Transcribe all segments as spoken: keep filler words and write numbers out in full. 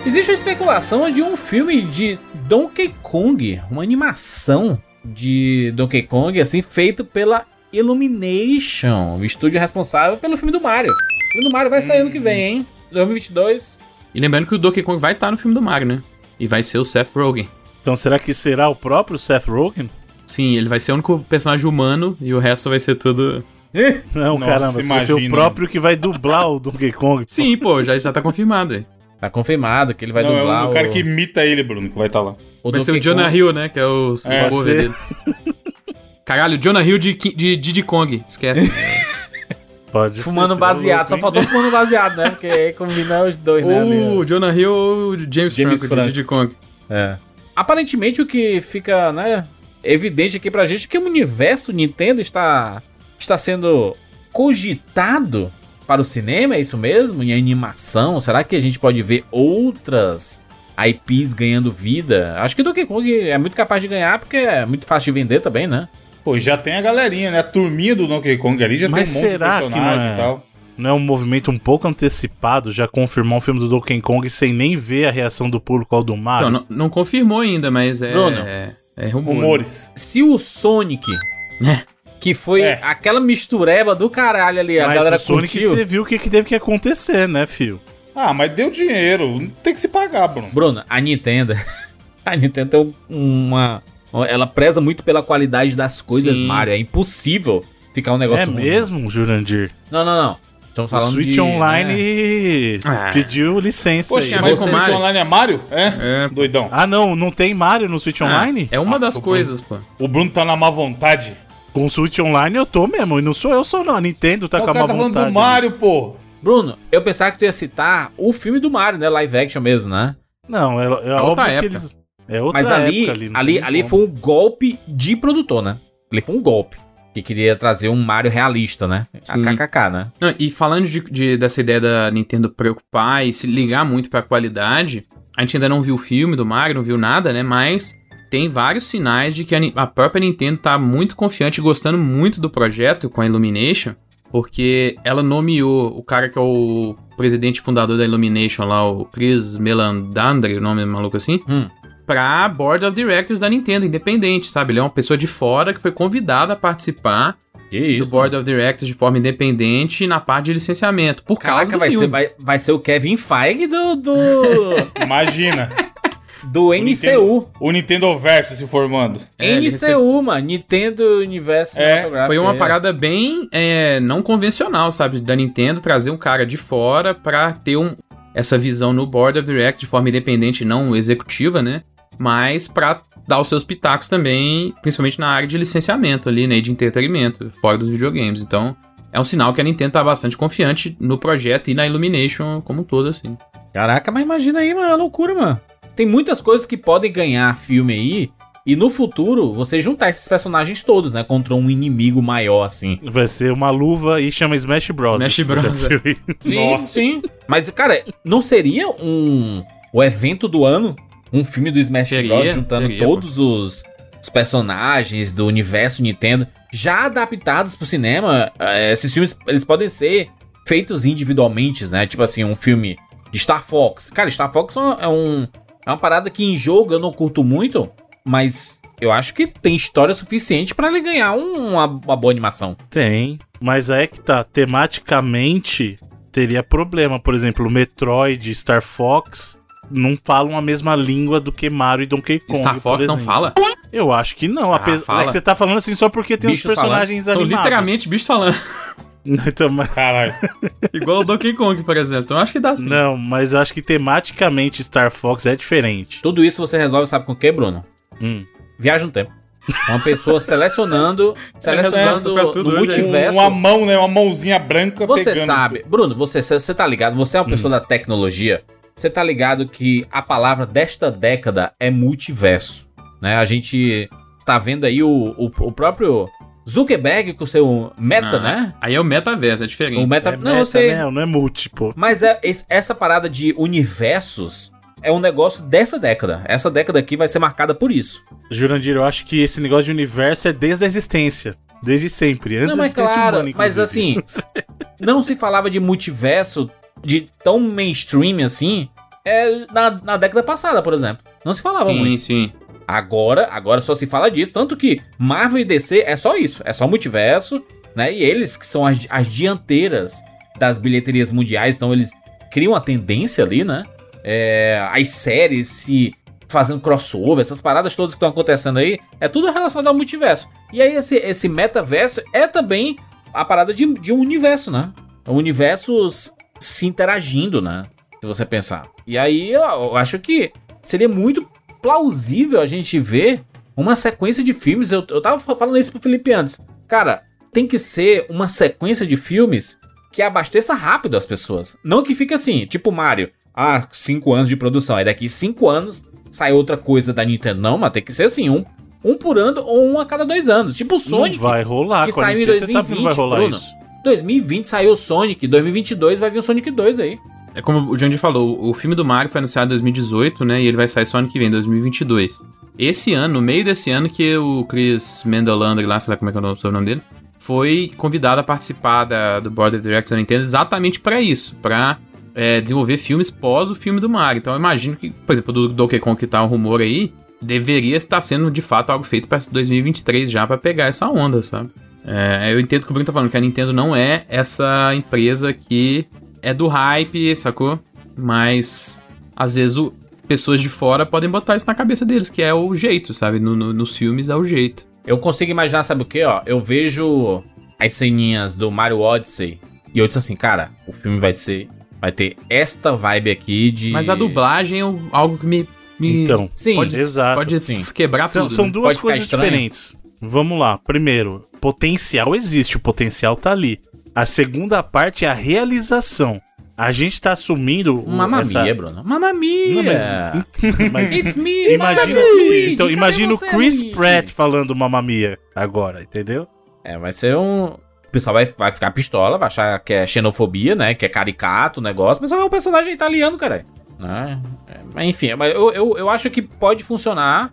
Existe uma especulação de um filme de Donkey Kong, uma animação de Donkey Kong, assim, feito pela Illumination, o estúdio responsável pelo filme do Mario. O filme do Mario vai sair hum. ano que vem, hein? dois mil e vinte e dois. E lembrando que o Donkey Kong vai estar no filme do Mario, né? E vai ser o Seth Rogen. Então será que será o próprio Seth Rogen? Sim, ele vai ser o único personagem humano e o resto vai ser tudo... Não, Nossa, caramba, vai ser o próprio que vai dublar o Donkey Kong. Sim, pô, já, já tá confirmado aí. Tá confirmado que ele vai Não, dublar é o, o cara que imita ele, Bruno, que vai estar tá lá. O vai Donkey ser o Jonah Kong. Hill, né? Que é o é, o dele. Caralho, Jonah Hill de, de Diddy Kong. Esquece. Pode fumando ser, baseado. Só faltou fumando baseado, né? Porque aí combina os dois, né? O Jonah Hill ou o James, James Franco, Franco de Diddy Kong. É. Aparentemente o que fica, né, evidente aqui pra gente é que o universo Nintendo está, está sendo cogitado para o cinema, é isso mesmo? Em animação? Será que a gente pode ver outras I Ps ganhando vida? Acho que o Donkey Kong é muito capaz de ganhar porque é muito fácil de vender também, né? Pô, já tem a galerinha, né? A turminha do Donkey Kong ali já Mas tem um monte de personagem é, e tal. Não é um movimento um pouco antecipado já confirmar um filme do Donkey Kong sem nem ver a reação do público ao do Mario? Então, não, não confirmou ainda, mas é... Bruno, é, é rumor. rumores. Se o Sonic... É. Que foi é. aquela mistureba do caralho ali, a mas galera o Sonic curtiu. Você viu o que, que teve que acontecer, né, filho? Ah, mas deu dinheiro, tem que se pagar, Bruno. Bruno, a Nintendo... a Nintendo tem uma... Ela preza muito pela qualidade das coisas, Sim. Mario. É impossível ficar um negócio... É ruim. Mesmo, Jurandir? Não, não, não. Estamos falando o Switch de... Online é. pediu licença. Poxa, aí. mas o Switch Online é Mario? É? é? Doidão. Ah, não, não tem Mario no Switch ah, Online? É uma ah, das coisas, Bruno. pô. O Bruno tá na má vontade. Com o Switch Online eu tô mesmo, e não sou eu só não, a Nintendo tá o com a má tá vontade. falando do Mario, pô. Bruno, eu pensava que tu ia citar o filme do Mario, né? Live action mesmo, né? Não, é, é, é outra óbvio época. que eles... É outra Mas ali, época ali. Ali, ali foi um golpe de produtor, né? Ali foi um golpe. Que queria trazer um Mario realista, né? A K K K, né? Não, e falando de, de, dessa ideia da Nintendo preocupar e se ligar muito pra qualidade, a gente ainda não viu o filme do Mario, não viu nada, né? Mas tem vários sinais de que a, a própria Nintendo tá muito confiante e gostando muito do projeto com a Illumination, porque ela nomeou o cara que é o presidente fundador da Illumination lá, o Chris Melandandri, o nome maluco assim, hum. pra Board of Directors da Nintendo, independente, sabe? Ele é uma pessoa de fora que foi convidada a participar que isso, do Board mano. of Directors de forma independente na parte de licenciamento, por Caraca, causa do vai filme. Ser, vai, vai ser o Kevin Feige do... do... Imagina. Do N C U. O Nintendo, o Nintendo Verso se formando. É, N C U, recebe... mano. Nintendo Universo é, Foi uma é. parada bem é, não convencional, sabe? Da Nintendo trazer um cara de fora pra ter um, essa visão no Board of Directors de forma independente, não executiva, né? Mas pra dar os seus pitacos também, principalmente na área de licenciamento ali, né? E de entretenimento, fora dos videogames. Então, é um sinal que a Nintendo tá bastante confiante no projeto e na Illumination como um todo, assim. Caraca, mas imagina aí, mano, é loucura, mano. Tem muitas coisas que podem ganhar filme aí, e no futuro, você juntar esses personagens todos, né? Contra um inimigo maior, assim. Vai ser uma luva e chama Smash Bros. Smash Bros. Sim, Nossa. sim. Mas, cara, não seria um... o evento do ano? Um filme do Smash seria, Bros. Juntando seria, todos os, os personagens do universo Nintendo, já adaptados pro cinema. Esses filmes, eles podem ser feitos individualmente, né? Tipo assim, um filme de Star Fox. Cara, Star Fox é um... É uma parada que em jogo eu não curto muito, mas eu acho que tem história suficiente pra ele ganhar um, uma, uma boa animação. Tem, mas é que tá, tematicamente teria problema. Por exemplo, o Metroid e Star Fox não falam a mesma língua do que Mario e Donkey Kong. Star Fox não fala? Eu acho que não. Ah, apesar fala. É que você tá falando assim só porque tem Bichos os personagens São animados. literalmente bichos falando. Então, mas... Caralho. Igual o Donkey Kong, por exemplo. Então acho que dá sim. Não, mas eu acho que tematicamente Star Fox é diferente. Tudo isso você resolve, sabe com o que, Bruno? Hum. Viagem no tempo. Uma pessoa selecionando, selecionando pra tudo no hoje. multiverso. Uma mão, né? Uma mãozinha branca Você pegando sabe, tudo. Bruno, você, você tá ligado? Você é uma pessoa hum. da tecnologia. Você tá ligado que a palavra desta década é multiverso, né? A gente tá vendo aí o, o, o próprio Zuckerberg com o seu meta, ah, né? Aí é o metaverso, é diferente. O meta, É não, meta, eu sei. né? Não é multi, pô. Mas é, essa parada de universos é um negócio dessa década. Essa década aqui vai ser marcada por isso. Jurandir, eu acho que esse negócio de universo é desde a existência. Desde sempre. Antes não, da mas existência claro, humana, mas assim, não se falava de multiverso de tão mainstream assim é, na, na década passada, por exemplo. Não se falava sim, muito. Sim, sim. Agora, agora só se fala disso, tanto que Marvel e D C é só isso, é só multiverso, né? E eles que são as, as dianteiras das bilheterias mundiais, então eles criam a tendência ali, né? É, as séries se fazendo crossover, essas paradas todas que estão acontecendo aí, é tudo relacionado ao multiverso. E aí esse, esse metaverso é também a parada de, de um universo, né? Universos se interagindo, né? Se você pensar. E aí eu, eu acho que seria muito plausível a gente ver uma sequência de filmes. Eu, eu tava falando isso pro Felipe antes. Cara, tem que ser uma sequência de filmes que abasteça rápido as pessoas. Não que fique assim, tipo Mario. Ah, cinco anos de produção. Aí daqui cinco anos sai outra coisa da Nintendo. Não, mas tem que ser assim, um, um por ano ou um a cada dois anos. Tipo o Sonic. Não vai rolar, que saiu em dois mil e vinte, tá vai rolar Bruno. Isso. dois mil e vinte saiu o Sonic, dois mil e vinte e dois vai vir o Sonic dois aí. É como o Jandy falou, o filme do Mario foi anunciado em dois mil e dezoito, né? E ele vai sair só ano que vem, dois mil e vinte e dois. Esse ano, no meio desse ano, que o Chris Mendelander, lá, sei lá como é que é o nome dele, foi convidado a participar da, do Board of Directors da Nintendo exatamente pra isso, pra é, desenvolver filmes pós o filme do Mario. Então eu imagino que, por exemplo, do Donkey Kong que tá um rumor aí, deveria estar sendo de fato algo feito pra dois mil e vinte e três já, pra pegar essa onda, sabe? É, eu entendo que o Bruno tá falando, que a Nintendo não é essa empresa que é do hype, sacou? Mas, às vezes, o, pessoas de fora podem botar isso na cabeça deles, que é o jeito, sabe? No, no, nos filmes é o jeito. Eu consigo imaginar, sabe o que, ó? Eu vejo as ceninhas do Mario Odyssey e eu disse assim, cara, o filme vai ser... Vai ter esta vibe aqui de... Mas a dublagem é algo que me... me então, sim, pode, exato. Pode sim. quebrar São, tudo. são né? duas Pode ficar coisas estranho. diferentes. Vamos lá. Primeiro, potencial existe, o potencial tá ali. A segunda parte é a realização. A gente tá assumindo... o- Mamma essa... Mia, Bruno. Mamma Mia! Não, mas... mas It's me, imagina, Luigi, então, cadê imagina o você, Chris Luigi? Pratt falando Mamma Mia agora, entendeu? É, vai ser um... O pessoal vai, vai ficar pistola, vai achar que é xenofobia, né? Que é caricato o negócio, mas só que é um personagem italiano, cara. Né? É, mas enfim, mas eu, eu, eu acho que pode funcionar.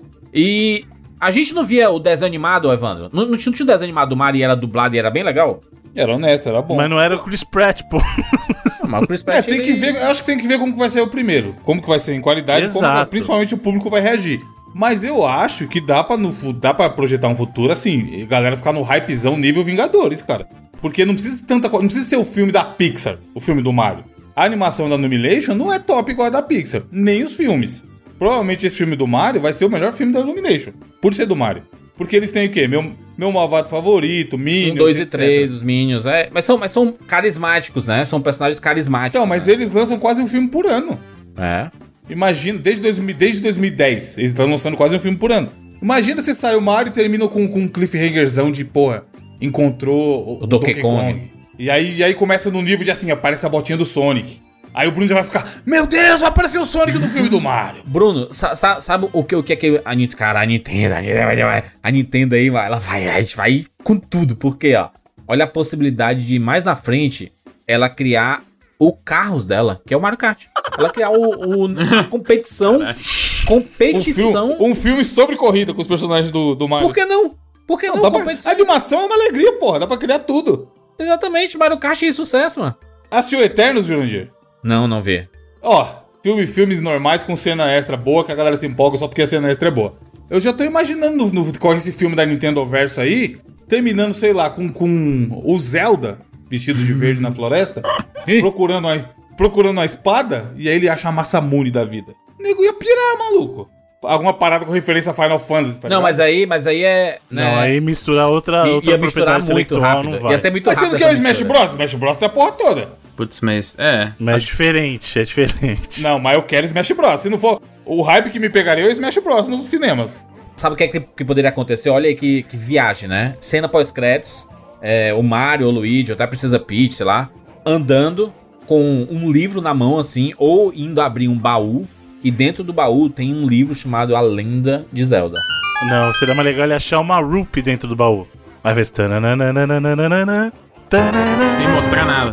E a gente não via o desenho animado, Evandro? Não, não tinha o desenho animado do Mario e era dublado e era bem legal? Era honesto, era bom. Mas não era o Chris Pratt, pô. Ah, mas o Chris É, Pratt, tem que ele- ver, eu acho que tem que ver como que vai ser o primeiro. Como que vai ser em qualidade, como Exato. vai- principalmente o público vai reagir. Mas eu acho que dá pra, no, fu- dá pra projetar um futuro assim, e galera ficar no hypezão nível Vingadores, cara. Porque não precisa de tanta coisa, não precisa ser o filme da Pixar, o filme do Mario. A animação da Illumination não é top igual a da Pixar, nem os filmes. Provavelmente esse filme do Mario vai ser o melhor filme da Illumination, por ser do Mario. Porque eles têm o quê? Meu, meu malvado favorito, Minions, um, dois e etcétera. três, os Minions. É, mas, são, mas são carismáticos, né? São personagens carismáticos. Então, mas né? eles lançam quase um filme por ano. É. Imagina, desde, dois mil, desde dois mil e dez, eles estão lançando quase um filme por ano. Imagina se sai o Mario e termina com, com um cliffhangerzão de, porra, encontrou o, O Donkey Kong. E aí, e aí começa no nível de assim, aparece a botinha do Sonic. Aí o Bruno já vai ficar, meu Deus, vai aparecer o Sonic no filme do Mario. Bruno, sa- sa- sabe o que, o que é que a Nintendo... Cara, a Nintendo, a Nintendo, a Nintendo aí, vai, ela vai, a gente vai com tudo. Porque, ó, olha a possibilidade de, mais na frente, ela criar o carros dela, que é o Mario Kart. Ela criar o, o a competição, Um competição... filme, um filme sobre corrida com os personagens do, do Mario. Por que não? Por que não, Não, dá pra- competição? a animação é uma alegria, porra, dá pra criar tudo. Exatamente, Mario Kart é sucesso, mano. Assistiu Eternos, Jurandir? Não, não vê. Ó, filme, filmes normais com cena extra boa, que a galera se empolga só porque a cena extra é boa. Eu já tô imaginando no, no, com esse filme da Nintendo Verso aí, terminando, sei lá, com, com o Zelda vestido de verde na floresta, procurando a, procurando a espada, e aí ele acha a Masamune da vida. O nego ia pirar, maluco. Alguma parada com referência a Final Fantasy, tá Não, ligado? mas aí, mas aí é... Né, Não, aí misturar outra, i- outra ia misturar propriedade muito intelectual rápido. não vai. Ia ser muito Mas você rápido não quer o essa Smash mistura. Bros? Smash Bros tem a porra toda. Putz, mas é. Mas é diferente, é diferente. Não, mas eu quero Smash Bros. Se não for... O hype que me pegaria é o Smash Bros nos cinemas. Sabe o que é que, que poderia acontecer? Olha aí que, que viagem, né? Cena pós-créditos, é, o Mario, o Luigi, ou até Princesa Peach, sei lá, andando com um livro na mão, assim, ou indo abrir um baú, e dentro do baú tem um livro chamado A Lenda de Zelda. Não, seria mais legal ele achar uma Rupe dentro do baú. Vai ver se... tananana, tanana. Sem mostrar nada.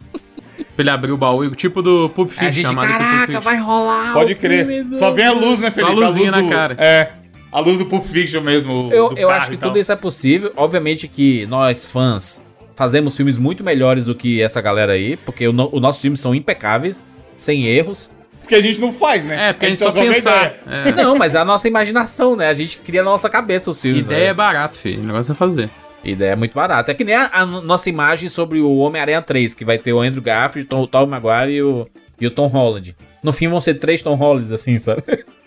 Pra ele abrir o baú, e o tipo do Pulp Aí a Fiction, gente, chamado Pulp caraca, Fiction. vai rolar Pode o crer. filme do- Só vem a luz, né, Felipe? Só a luzinha luz na do- cara. É. A luz do Pulp Fiction mesmo. Eu, do eu carro acho que e tal. tudo isso é possível. Obviamente que nós, fãs, fazemos filmes muito melhores do que essa galera aí, porque o no- os nossos filmes são impecáveis, sem erros. porque a gente não faz, né? É, porque a gente só pensar. É. Não, mas é a nossa imaginação, né? A gente cria na nossa cabeça os filmes. Ideia né? é barato, filho. O negócio é fazer. Ideia é muito barata. É que nem a, a nossa imagem sobre o Homem-Aranha três, que vai ter o Andrew Garfield, o Tobey Maguire e o, e o Tom Holland. No fim vão ser três Tom Hollands, assim, sabe?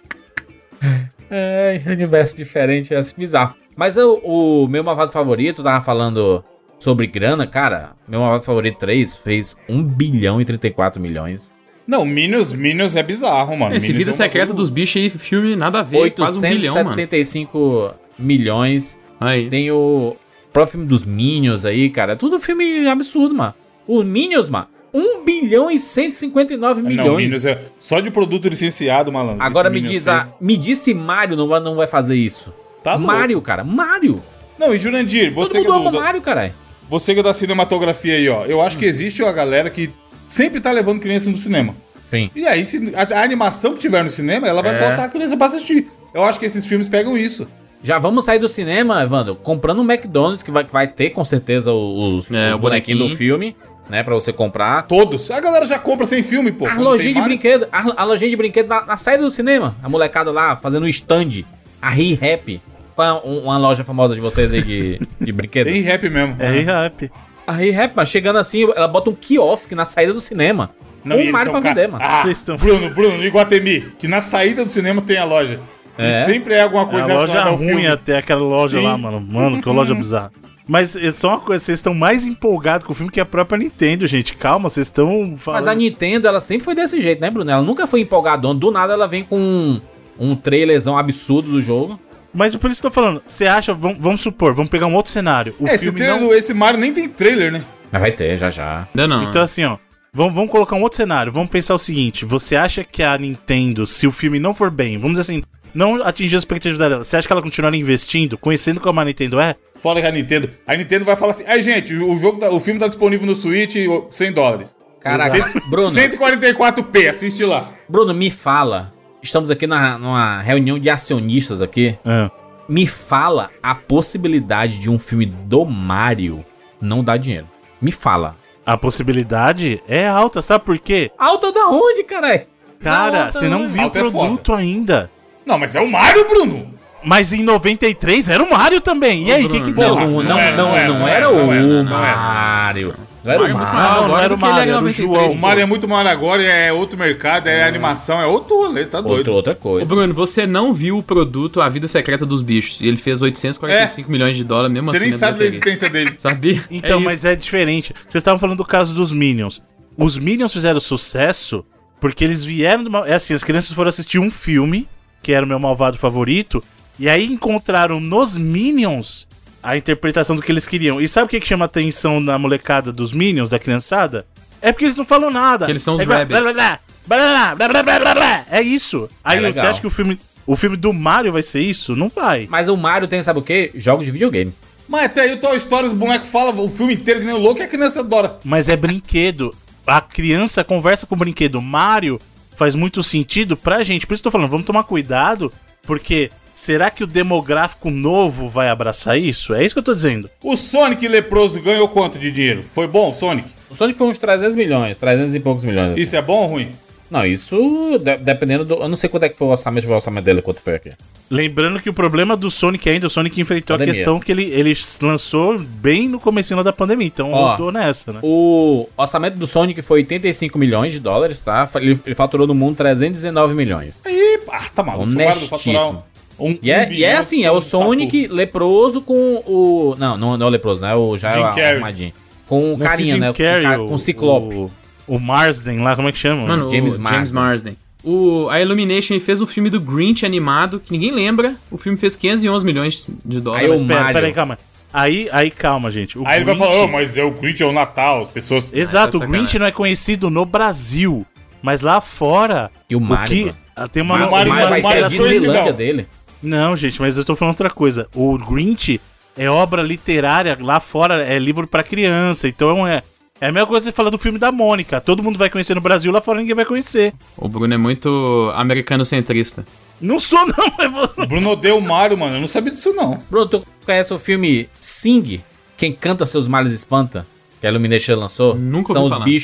É, universo diferente, é bizarro. Mas o, o meu malvado favorito, tava falando sobre grana, cara. Meu malvado favorito três fez um bilhão e trinta e quatro milhões. Não, Minions, Minions é bizarro, mano. Esse Minions Vida é um Secreta bagulho- dos Bichos aí, filme nada a ver, quase um bilhão, mano. oitocentos e setenta e cinco milhões. Aí. Tem o próprio filme dos Minions aí, cara. É tudo filme absurdo, mano. Os Minions, mano. um bilhão e cento e cinquenta e nove milhões. Não, Minions é só de produto licenciado, malandro. Agora Esse me Minions diz, a, fez. me diz se Mario não vai, não vai fazer isso. Tá louco. Mario, cara. Mario. Não, e Jurandir, Todo você que, mundo é ama do, da- Mario, caralho. você que é da cinematografia aí, ó. Eu acho Hum. que existe uma galera que sempre tá levando criança no cinema. Sim. E aí, se a, a animação que tiver no cinema, ela vai É. botar a criança pra assistir. Eu acho que esses filmes pegam isso. Já vamos sair do cinema, Evandro, comprando um McDonald's, que vai, que vai ter com certeza os, É, os o bonequinhos bonequinho. do filme, né, pra você comprar. Todos. A galera já compra sem filme, pô. A Quando lojinha tem de Mario. brinquedo, a, a lojinha de brinquedo na, na saída do cinema. A molecada lá fazendo um stand. A Re-Rap. Qual é um- uma loja famosa de vocês aí de, de brinquedo? Tem rap mesmo. É rap. A Re-Rap, mas chegando assim, ela bota um quiosque na saída do cinema. Não, com e um eles Mario são pra ca- vender, mano. Ah, Vocês estão- Bruno, Bruno, no Iguatemi, que na saída do cinema tem a loja. É? E sempre é alguma É coisa a loja relacionada ao ruim filme. até aquela loja Sim. lá, mano. Mano, que loja bizarra. Mas é só uma coisa, vocês estão mais empolgados com o filme que a própria Nintendo, gente. Calma, vocês estão falando. Mas a Nintendo, ela sempre foi desse jeito, né, Bruno? Ela nunca foi empolgadona. Do nada ela vem com um, um trailerzão absurdo do jogo. Mas por isso que eu tô falando, você acha, vamos, vamos supor, vamos pegar um outro cenário. O É, esse, filme trailer, não. esse Mario nem tem trailer, né? Mas vai ter, já já. Ainda não. Então assim, ó. Vamos, vamos colocar um outro cenário. Vamos pensar o seguinte: você acha que a Nintendo, se o filme não for bem, vamos dizer assim, não atingir as expectativas dela, você acha que ela continuaria investindo, conhecendo como a Nintendo é? Fala que a Nintendo. A Nintendo vai falar assim: ai, gente, o, jogo tá- o filme tá disponível no Switch, cem dólares. Caraca, Cento- Bruno. cento e quarenta e quatro p, assiste lá. Bruno, me fala. Estamos aqui na, numa reunião de acionistas aqui. Ah. Me fala a possibilidade de um filme do Mario não dar dinheiro. Me fala. A possibilidade é alta, sabe por quê? Alta da onde, caralho? Cara, Alta você não onde? viu o Alta é produto ainda. Não, mas é o Mario, Bruno! Mas em noventa e três era o Mario também. E aí, o que que Bruno, deu? Não, não, não não, era, não, não era, não não era era, o não era, não era. Mario. Não era o Mario é muito Mario. maior não, não agora era do o que ele Mario, era em era o noventa e três. João. O Mario é muito Mario agora, é outro mercado, é animação, é outro rolê, tá doido. Outra, outra Ô, coisa. Bruno, você não viu o produto A Vida Secreta dos Bichos. E ele fez oitocentos e quarenta e cinco milhões de dólares, mesmo Você assim. nem na sabe da bilheteria. existência dele. Sabia? Então, isso. mas é diferente. Vocês estavam falando do caso dos Minions. Os Minions fizeram sucesso porque eles vieram de uma... É assim, as crianças foram assistir um filme, que era o meu malvado favorito, e aí encontraram nos Minions a interpretação do que eles queriam. E sabe o que, que chama a atenção na molecada dos Minions, da criançada? É porque eles não falam nada. Que eles são os é blá, rabbits. blá, blá, blá, blá, blá, blá, blá, blá, blá. É isso. Aí É você legal. acha que o filme, o filme do Mario vai ser isso? Não vai. Mas o Mario tem, sabe o quê? Jogos de videogame. Mas até aí o Toy Story, os bonecos falam o filme inteiro que nem o louco e a criança adora. Mas é brinquedo. A criança conversa com o brinquedo. Mario faz muito sentido pra gente. Por isso que eu tô falando, vamos tomar cuidado, porque será que o demográfico novo vai abraçar isso? É isso que eu tô dizendo. O Sonic leproso ganhou quanto de dinheiro? Foi bom, Sonic? O Sonic foi uns trezentos milhões, trezentos e poucos milhões. assim. Isso é bom ou ruim? Não, isso de- dependendo do... Eu não sei quanto é que foi o orçamento, o orçamento dele, quanto foi aqui. Lembrando que o problema do Sonic ainda, o Sonic enfrentou Pandemia. a questão que ele, ele lançou bem no comecinho da pandemia, então Ó, voltou nessa, né? O orçamento do Sonic foi oitenta e cinco milhões de dólares, tá? Ele, ele faturou no mundo trezentos e dezenove milhões. Aí, ah, tá maluco. Somaram do faturar Honestíssimo. Um, E é, um e é bilhão, assim, é o Sonic leproso com o... Não, não, não é o leproso, né? O, já é Jim o Carrey. arrumadinho. Com o Não, carinha, Jim né? Carrey, com, o ca- com o Ciclope. O, o Marsden lá, como é que chama? Mano, James o Marsden. James Marsden. O, a Illumination fez o filme do Grinch animado, que ninguém lembra. O filme fez quinhentos e onze milhões de Aí dólares. o Mas pera, Mario. pera aí, calma. Aí, aí, calma, gente. O Aí ele vai Grinch- falar, oh, mas é o Grinch é o Natal, as pessoas... Exato, Ah, tá o Grinch sacanagem. não é conhecido no Brasil, mas lá fora... E o Mario, que, mano. ah, tem uma, O Mario- Mario, tem uma- vai o Mario ter a é Disneylândia conhecido. dele. Não, gente, mas eu tô falando outra coisa. O Grinch é obra literária, lá fora é livro pra criança, então é... É a mesma coisa que você fala do filme da Mônica. Todo mundo vai conhecer no Brasil, lá fora ninguém vai conhecer. O Bruno é muito americano-centrista. Não sou não, é você. O Bruno odeia o Mario, mano, eu não sabia disso não. Bruno, tu conhece o filme Sing? Quem canta seus males espanta? Que a Illumination lançou? Nunca São ouvi os falar. bichos.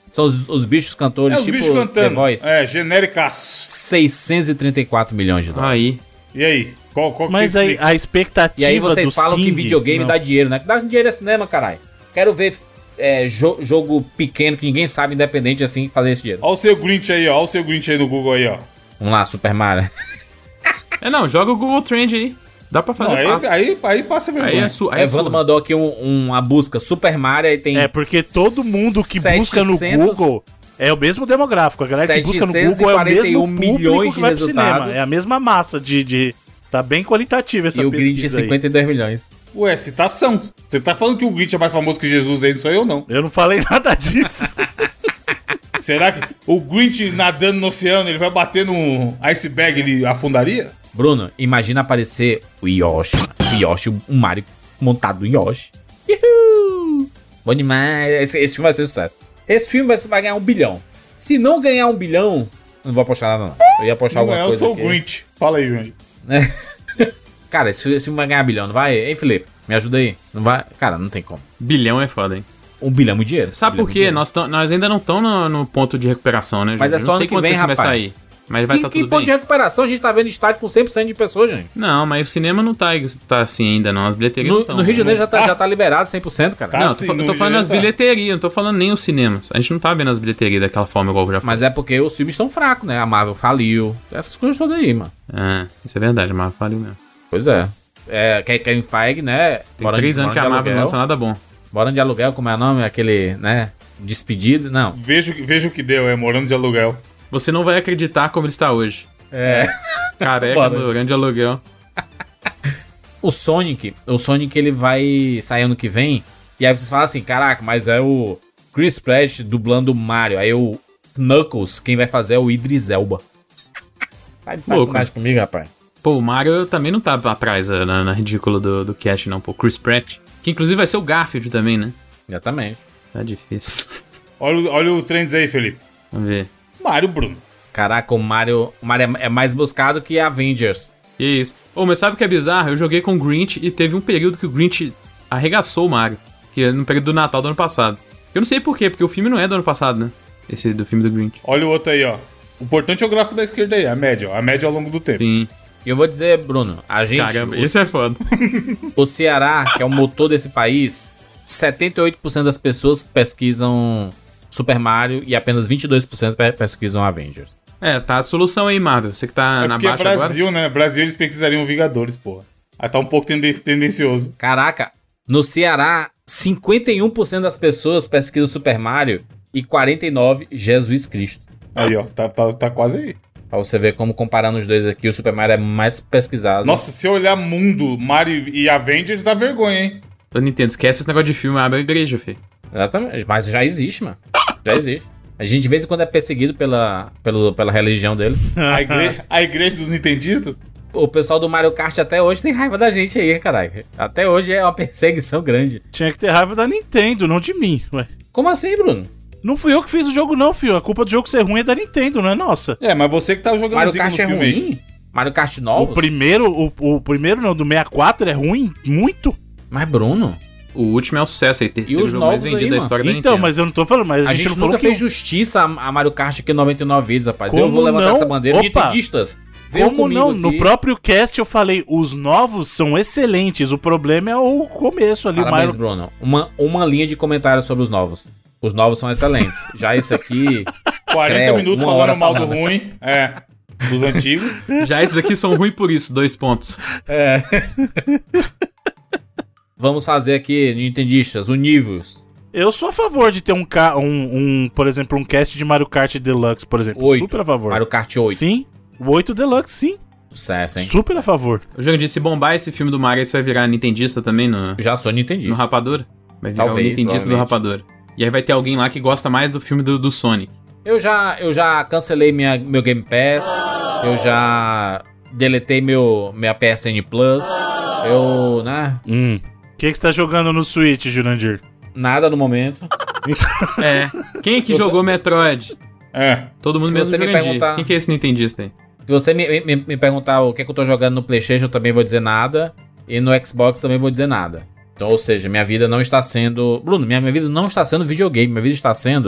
São os, os bichos cantores, É os tipo bichos The cantando. Voice. É, genéricaço. seiscentos e trinta e quatro milhões de dólares. Aí. E aí? Qual, qual que Mas você aí, explica? a expectativa E aí vocês do falam que Sing, videogame não. dá dinheiro, né? Que dá dinheiro é cinema, caralho. Quero ver é, jo- jogo pequeno que ninguém sabe, independente assim, fazer esse dinheiro. Olha o seu Grinch aí, ó. Olha o seu Grinch aí no Google aí, ó. Vamos lá, Super Mario. É, não, joga o Google Trend aí. Dá pra fazer Não, aí, fácil. aí, aí passa vergonha. Aí é, su aí Aí é Evandro sua. mandou aqui um- uma busca Super Mario e tem É, porque todo mundo que busca no setecentos Google é o mesmo demográfico. A galera que busca no Google é o setecentos e quarenta e um mesmo público milhões que de vai pro resultados. cinema. É a mesma massa de... de... Tá bem qualitativa essa e o Grinch pesquisa aí. cinquenta e dois milhões. Ué, citação. Você tá falando que o Grinch é mais famoso que Jesus aí, não sou eu, não. Eu não falei nada disso. Será que o Grinch nadando no oceano, ele vai bater no iceberg, ele afundaria? Bruno, imagina aparecer o Yoshi. O Yoshi, o Mario montado no Yoshi. Uhul! Bom demais. Esse, esse filme vai ser sucesso. Esse filme vai, vai ganhar um bilhão. Se não ganhar um bilhão, eu não vou apostar nada, não. Eu ia Se apostar não alguma ganhar, eu coisa sou aqui. o Grinch. Fala aí, João. Cara, esse, esse filme vai ganhar bilhão, não vai? Hein, Felipe? Me ajuda aí. Não vai? Cara, não tem como. Bilhão é foda, hein? Um bilhão é muito dinheiro. Sabe Um bilhão por é quê? muito dinheiro. Nós, tão- nós ainda não estamos no, no ponto de recuperação, né, Mas gente? é só Eu não sei ano que quando vem, esse filme vai rapaz. sair. Mas vai Que, estar que tudo ponto bem. de recuperação? A gente tá vendo estádio com cem por cento de pessoas, gente. Não, mas o cinema não tá, tá assim ainda, não. As bilheterias não No, estão. no Rio de Janeiro já tá, tá. já tá liberado cem por cento, cara. Tá. Não, assim, tô, no eu tô Rio falando de as Janeiro tá. bilheterias, não tô falando nem os cinemas. A gente não tá vendo as bilheterias daquela forma igual já foi. Mas é porque os filmes estão fracos, né? A Marvel faliu. Essas coisas todas aí, mano. É, isso é verdade, a Marvel faliu mesmo. Pois é. É, Ke- Kevin Feige, né? Tem Morando- três anos morando que a de Marvel não aluguel. lança nada bom. Morando de aluguel, como é o nome? Aquele, né? Despedido. Não. Veja, veja o que deu, é morando de aluguel. Você não vai acreditar como ele está hoje. É. Careca, Bora. morando de aluguel. O Sonic, o Sonic ele vai sair ano que vem. E aí vocês falam assim: caraca, mas é o Chris Pratt dublando o Mario. Aí o Knuckles, quem vai fazer é o Idris Elba. Sai de Louco. sacanagem comigo, rapaz. Pô, o Mario também não tá atrás eh, na, na ridículo do, do cast, não. Pô, Chris Pratt. Que inclusive vai ser o Garfield também, né? Exatamente. Tá difícil. Olha, o- olha o trends aí, Felipe. Vamos ver. Mário Bruno. Caraca, o Mario, o Mario é é mais buscado que Avengers. Que isso. Ô, mas sabe o que é bizarro? Eu joguei com o Grinch e teve um período que o Grinch arregaçou o Mario. Que é no período do Natal do ano passado. Eu não sei por quê, porque o filme não é do ano passado, né? Esse do filme do Grinch. Olha o outro aí, ó. O importante é o gráfico da esquerda aí, a média, ó. A média ao longo do tempo. Sim. E eu vou dizer, Bruno, a gente, Caramba, o, isso é foda. o Ceará, que é o motor desse país, setenta e oito por cento das pessoas pesquisam Super Mario e apenas vinte e dois por cento pe- pesquisam Avengers. É, tá a solução aí, Marvel. Você que tá É na porque é baixa agora. Brasil, né? Brasil eles pesquisariam Vingadores, porra. Aí tá um pouco tenden- tendencioso. Caraca, no Ceará, cinquenta e um por cento das pessoas pesquisam Super Mario e quarenta e nove por cento Jesus Cristo. Aí, ó, tá, tá, tá quase aí. Pra você ver como comparando os dois aqui, o Super Mario é mais pesquisado. Nossa, se eu olhar mundo, Mario e Avengers, dá vergonha, hein? Ô, Nintendo, esquece esse negócio de filme, abre a igreja, filho. Exatamente, mas já existe, mano. Já existe. A gente de vez em quando é perseguido pela, pelo, pela religião deles. A, igre... a igreja dos nintendistas? O pessoal do Mario Kart até hoje tem raiva da gente aí, caralho. Até hoje é uma perseguição grande. Tinha que ter raiva da Nintendo, não de mim, ué. Como assim, Bruno? Não fui eu que fiz o jogo não, filho. A culpa do jogo ser ruim é da Nintendo, não é nossa. É, mas você que tá jogando Mario Zico no Kart é filme aí. ruim? Mario Kart O novos? primeiro, o, o primeiro não, do sessenta e quatro é ruim, muito. Mas, Bruno, O último é o sucesso aí, terceiro os jogo mais novos vendido aí, da mano? história da Então, Nintendo. mas eu não tô falando, mas a, a gente, gente não falou nunca que... fez justiça a, a Mario Kart aqui em noventa e nove vídeos, rapaz. eu Como vou levantar não? essa bandeira. Opa! Nintendistas, venham Como comigo não? aqui. No próprio cast eu falei, os novos são excelentes, o problema é o começo ali, Parabéns, o Mario... Bruno. Uma, uma linha de comentários sobre os novos. Os novos são excelentes. Já isso aqui... quarenta Creu, minutos uma hora falando mal do falando. ruim. É. Dos antigos. Já esses aqui são ruins por isso, dois pontos. Vamos fazer aqui, Nintendistas, univos. Eu sou a favor de ter um, ca... um, um, por exemplo, um cast de Mario Kart Deluxe, por exemplo. Oito. Super a favor. Mario Kart oito. Sim, o oito Deluxe, sim. Sucesso, hein? Super a favor. O jogo disse, se bombar esse filme do Mario, aí você vai virar nintendista também no, Já sou no Nintendista. Rapadura? Vai virar Talvez, o nintendista do provavelmente. Rapadura. E aí vai ter alguém lá que gosta mais do filme do, do Sonic. Eu já, eu já cancelei minha, meu Game Pass. Eu já deletei meu, minha P S N Plus. Eu, né? Hum. O que, que você tá jogando no Switch, Jurandir? Nada no momento. É. Quem é que Você- jogou Metroid? É. Todo mundo Se mesmo você me Jurandir. perguntar- Quem que é esse nintendista aí? Se você me, me, me perguntar o que, é que eu tô jogando no PlayStation, eu também vou dizer nada. E no Xbox também vou dizer nada. Então, ou seja, minha vida não está sendo... Bruno, minha, minha vida não está sendo videogame. Minha vida está sendo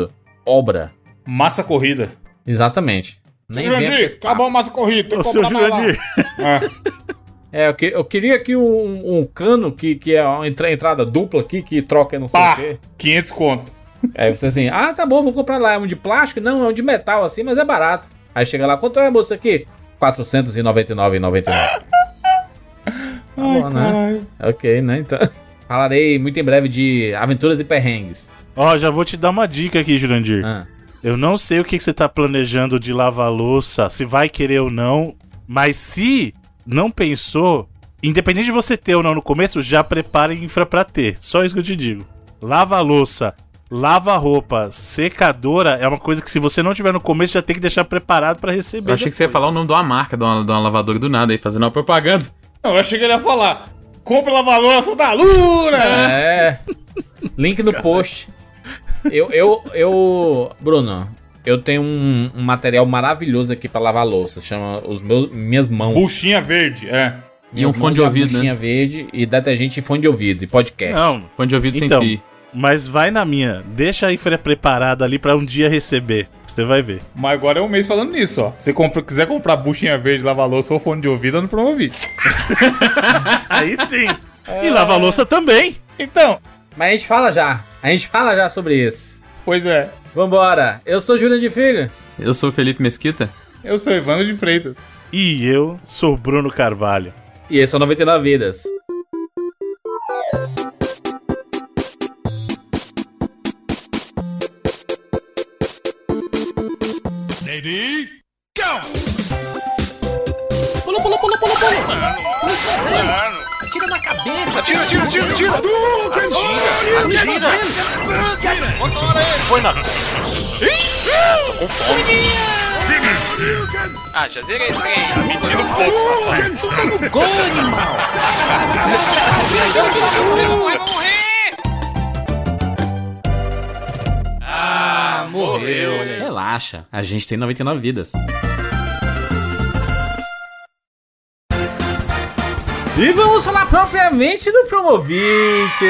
obra. Massa corrida. Exatamente. Nem venha com Jurandir, esse papo. acabou a massa corrida. Tem Ô, que seu comprar mais lá. Jurandir. É. É, eu, que- eu queria aqui um, um cano que, que é uma entra- entrada dupla aqui, que troca não sei Pá, o quê. quinhentos conto. Aí você assim, ah, tá bom, vou comprar lá. É um de plástico? Não, é um de metal assim, mas é barato. Aí chega lá, quanto é, moço, aqui? quatrocentos e noventa e nove reais e noventa e nove centavos. Tá Ai, bom, né? caralho. Ok, né, então. Falarei muito em breve de aventuras e perrengues. Ó, já vou te dar uma dica aqui, Jurandir. Ah. Eu não sei o que, que você tá planejando de lavar louça, se vai querer ou não, mas se não pensou, independente de você ter ou não no começo, já prepare infra pra ter. Só isso que eu te digo. Lava louça, lava roupa, secadora é uma coisa que se você não tiver no começo, já tem que deixar preparado pra receber. Eu achei que você ia falar o nome de uma marca, de uma, de uma lavadora do nada aí, fazendo uma propaganda. Não, eu achei que ele ia falar. Compre lavadora da Lura! É. Link no post. Eu, eu, eu. Bruno, eu tenho um, um material maravilhoso aqui pra lavar louça. Chama os meus, minhas mãos. Buchinha verde, é. E um Minhas fone mãos de é a ouvido, né? buchinha verde e detergente e fone de ouvido e podcast. Não, Fone de ouvido Então. sem fio. mas vai na minha. Deixa a infra preparada ali pra um dia receber. Você vai ver. Mas agora é um mês falando nisso, ó. Se compra, quiser comprar buchinha verde, lavar louça ou fone de ouvido, eu não promovi. Aí sim. E lava louça também. Então, Mas a gente fala já. A gente fala já sobre isso. pois é. Vambora. Eu sou Júlio de Filho. Eu sou o Felipe Mesquita. Eu sou Evandro de Freitas. E eu sou Bruno Carvalho. E esse é o noventa e nove Vidas. Pula, pula, pula, pula, pula. Pula escondendo. Atira na cabeça. Atira, atira, atira, atira! Atira. Atira. Põe na... Tô com fome. Ah, já zerei esse trem. Tá mentindo um pouco, safado. Gol, animal. Vai morrer! Ah, morreu. Relaxa. A gente tem noventa e nove vidas. E vamos falar propriamente do Promobit,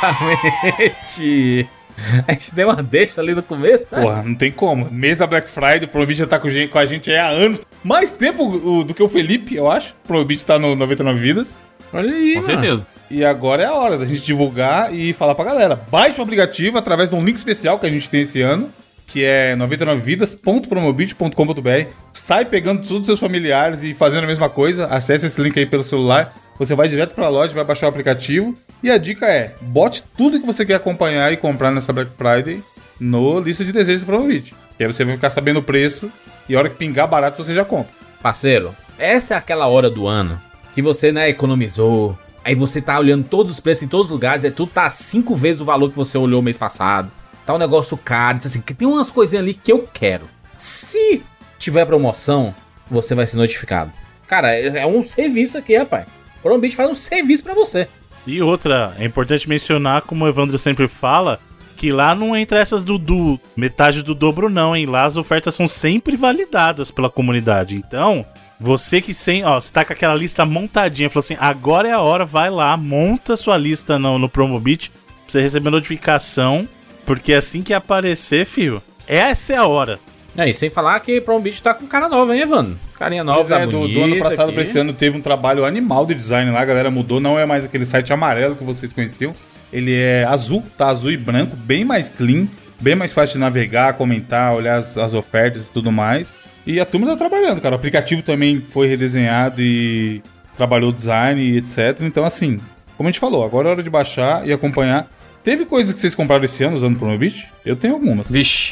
exatamente. A gente deu uma deixa ali no começo, né? Porra, não tem como. Mês da Black Friday, o Promobit já tá com gen- com a gente aí há anos. Mais tempo o- do que o Felipe, eu acho. O Promobit tá no noventa e nove Vidas. Olha aí, Com mano. certeza. E agora é a hora da gente divulgar e falar pra galera. Baixe o aplicativo através de um link especial que a gente tem esse ano, que é noventa e nove vidas ponto promobit ponto com ponto b r. Sai pegando todos os seus familiares e fazendo a mesma coisa. Acesse esse link aí pelo celular. Você vai direto pra loja, vai baixar o aplicativo. E a dica é, bote tudo que você quer acompanhar e comprar nessa Black Friday no lista de desejos do Promobit. Que aí você vai ficar sabendo o preço e a hora que pingar barato você já compra. Parceiro, essa é aquela hora do ano que você, né, economizou. Aí você tá olhando todos os preços em todos os lugares, é tudo tá cinco vezes o valor que você olhou mês passado. Tá um negócio caro, diz assim, que tem umas coisinhas ali que eu quero. Se tiver promoção, você vai ser notificado. Cara, é é um serviço aqui, rapaz. O Promobit faz um serviço pra você. E outra, é importante mencionar, como o Evandro sempre fala, que lá não entra essas do, do metade do dobro não, hein? Lá as ofertas são sempre validadas pela comunidade. Então, você que sem, ó, você tá com aquela lista montadinha, falou assim, agora é a hora, vai lá, monta sua lista no, no Promobit, pra você receber notificação, porque assim que aparecer, filho, essa é a hora. E aí, sem falar que o Promobit tá com cara nova, hein, Evandro? Carinha nova, Pois é, do, bonita do ano passado aqui. pra esse ano teve um trabalho animal de design lá, a galera mudou, não é mais aquele site amarelo que vocês conheciam. Ele é azul, tá azul e branco, bem mais clean, bem mais fácil de navegar, comentar, olhar as, as ofertas e tudo mais. E a turma tá trabalhando, cara. O aplicativo também foi redesenhado e trabalhou design e etcétera. Então, assim, como a gente falou, agora é hora de baixar e acompanhar. Teve coisa que vocês compraram esse ano usando o Promobit? Eu tenho algumas. Vixe.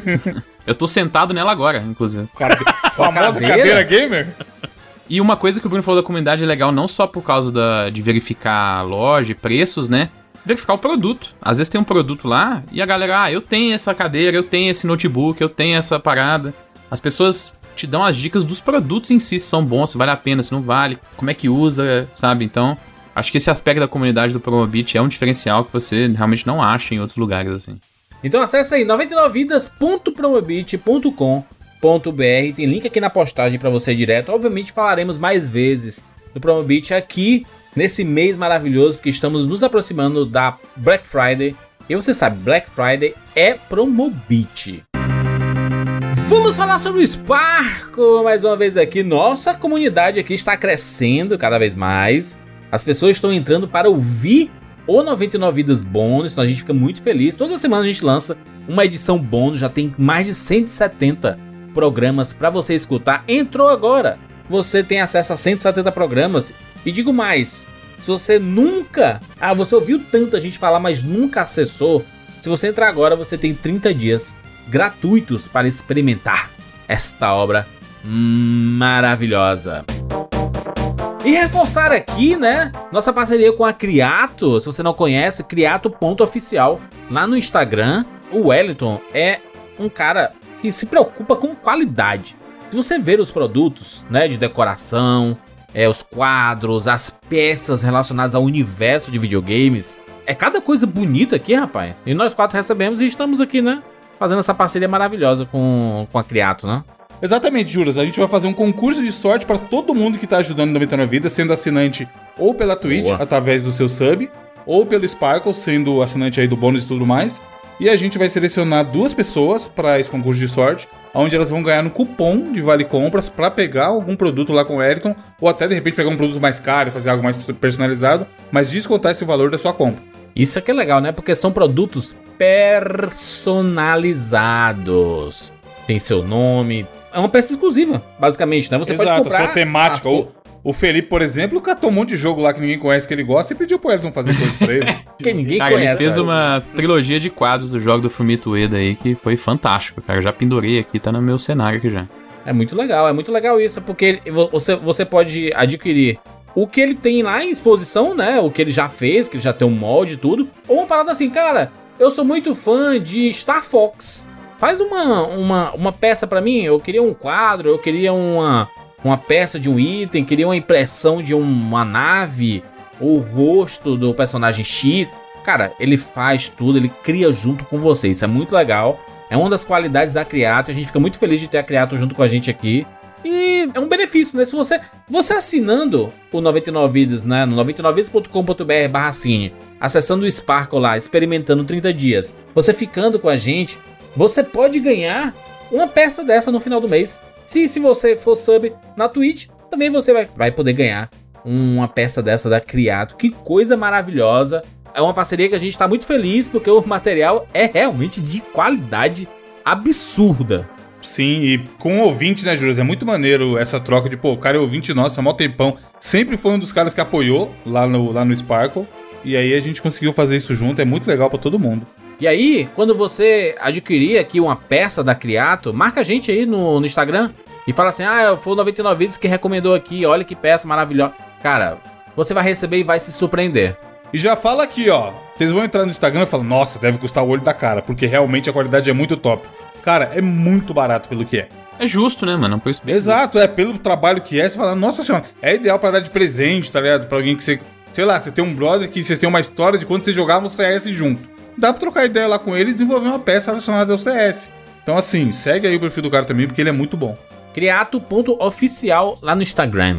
Eu tô sentado nela agora, inclusive. Cara, famosa cadeira? cadeira gamer? E uma coisa que o Bruno falou da comunidade é legal não só por causa da, de verificar a loja e preços, né? Verificar o produto. Às vezes tem um produto lá e a galera, ah, eu tenho essa cadeira, eu tenho esse notebook, eu tenho essa parada. As pessoas te dão as dicas dos produtos em si, se são bons, se vale a pena, se não vale, como é que usa, sabe? Então, acho que esse aspecto da comunidade do Promobit é um diferencial que você realmente não acha em outros lugares, assim. Então acessa aí noventa e nove vidas ponto promobit ponto com ponto b r, tem link aqui na postagem para você direto. Obviamente falaremos mais vezes do Promobit aqui nesse mês maravilhoso, porque estamos nos aproximando da Black Friday. E você sabe, Black Friday é Promobit. Vamos falar sobre o Sparkle mais uma vez aqui. Nossa comunidade aqui está crescendo cada vez mais. As pessoas estão entrando para ouvir o noventa e nove Vidas Bônus, então a gente fica muito feliz. Todas as semanas a gente lança uma edição bônus, já tem mais de cento e setenta programas para você escutar. Entrou agora, você tem acesso a cento e setenta programas. E digo mais, se você nunca... Ah, você ouviu tanta gente falar, mas nunca acessou. Se você entrar agora, você tem trinta dias gratuitos para experimentar esta obra maravilhosa. E reforçar aqui, né, nossa parceria com a Criato. Se você não conhece, criato ponto oficial. Lá no Instagram, o Wellington é um cara que se preocupa com qualidade. Se você ver os produtos, né, de decoração, é, os quadros, as peças relacionadas ao universo de videogames, é cada coisa bonita aqui, rapaz. E nós quatro recebemos e estamos aqui, né, fazendo essa parceria maravilhosa com, com a Criato, né? Exatamente, Juras. A gente vai fazer um concurso de sorte para todo mundo que tá ajudando no noventa e nove Vidas, sendo assinante ou pela Twitch, Boa. através do seu sub, ou pelo Sparkle, sendo assinante aí do bônus e tudo mais. E a gente vai selecionar duas pessoas para esse concurso de sorte, onde elas vão ganhar um cupom de vale compras para pegar algum produto lá com o Ayrton, ou até de repente pegar um produto mais caro e fazer algo mais personalizado, mas descontar esse valor da sua compra. Isso aqui é legal, né? Porque são produtos personalizados. Tem seu nome. É uma peça exclusiva, basicamente, né? Você Exato, pode comprar a sua temática. O, o Felipe, por exemplo, catou um monte de jogo lá que ninguém conhece, que ele gosta, e pediu pro Ayrton fazer coisas pra ele. Que ninguém cara, conhece. Ele fez cara. uma trilogia de quadros do jogo do Fumito Ueda aí, que foi fantástico, cara. Eu já pendurei aqui, tá no meu cenário aqui já. É muito legal, é muito legal isso, porque você, você pode adquirir o que ele tem lá em exposição, né? O que ele já fez, que ele já tem um molde e tudo. Ou uma parada assim, cara, eu sou muito fã de Star Fox. Faz uma, uma, uma peça pra mim, eu queria um quadro, eu queria uma, uma peça de um item, queria uma impressão de uma nave, ou o rosto do personagem X. Cara, ele faz tudo, ele cria junto com você, isso é muito legal. É uma das qualidades da Criato, a gente fica muito feliz de ter a Criato junto com a gente aqui. E é um benefício, né? Se você, você assinando o noventa e nove Vidas, né? No noventa e nove vidas ponto com ponto b r barra cine, acessando o Sparkle lá, experimentando trinta dias, você ficando com a gente, você pode ganhar uma peça dessa no final do mês. Se, se você for sub na Twitch, também você vai, vai poder ganhar uma peça dessa da Criato. Que coisa maravilhosa. É uma parceria que a gente tá muito feliz, porque o material é realmente de qualidade absurda. Sim, e com o ouvinte, né, Júlio? É muito maneiro essa troca de, pô, o cara é ouvinte nosso há mó tempão. Sempre foi um dos caras que apoiou lá no, lá no Sparkle. E aí a gente conseguiu fazer isso junto, é muito legal pra todo mundo. E aí, quando você adquirir aqui uma peça da Criato, marca a gente aí no, no Instagram e fala assim, ah, foi o noventa e nove Vidas que recomendou aqui, olha que peça maravilhosa. Cara, você vai receber e vai se surpreender. E já fala aqui, ó, vocês vão entrar no Instagram e falam, nossa, deve custar o olho da cara, porque realmente a qualidade é muito top. Cara, é muito barato pelo que é. É justo, né, mano? Por Exato, é pelo trabalho que é, você fala, nossa senhora, é ideal pra dar de presente, tá ligado? Pra alguém que você, sei lá, você tem um brother que vocês têm uma história de quando vocês jogavam C S junto. Dá pra trocar ideia lá com ele e desenvolver uma peça relacionada ao C S. Então assim, segue aí o perfil do cara também, porque ele é muito bom. criato ponto oficial lá no Instagram.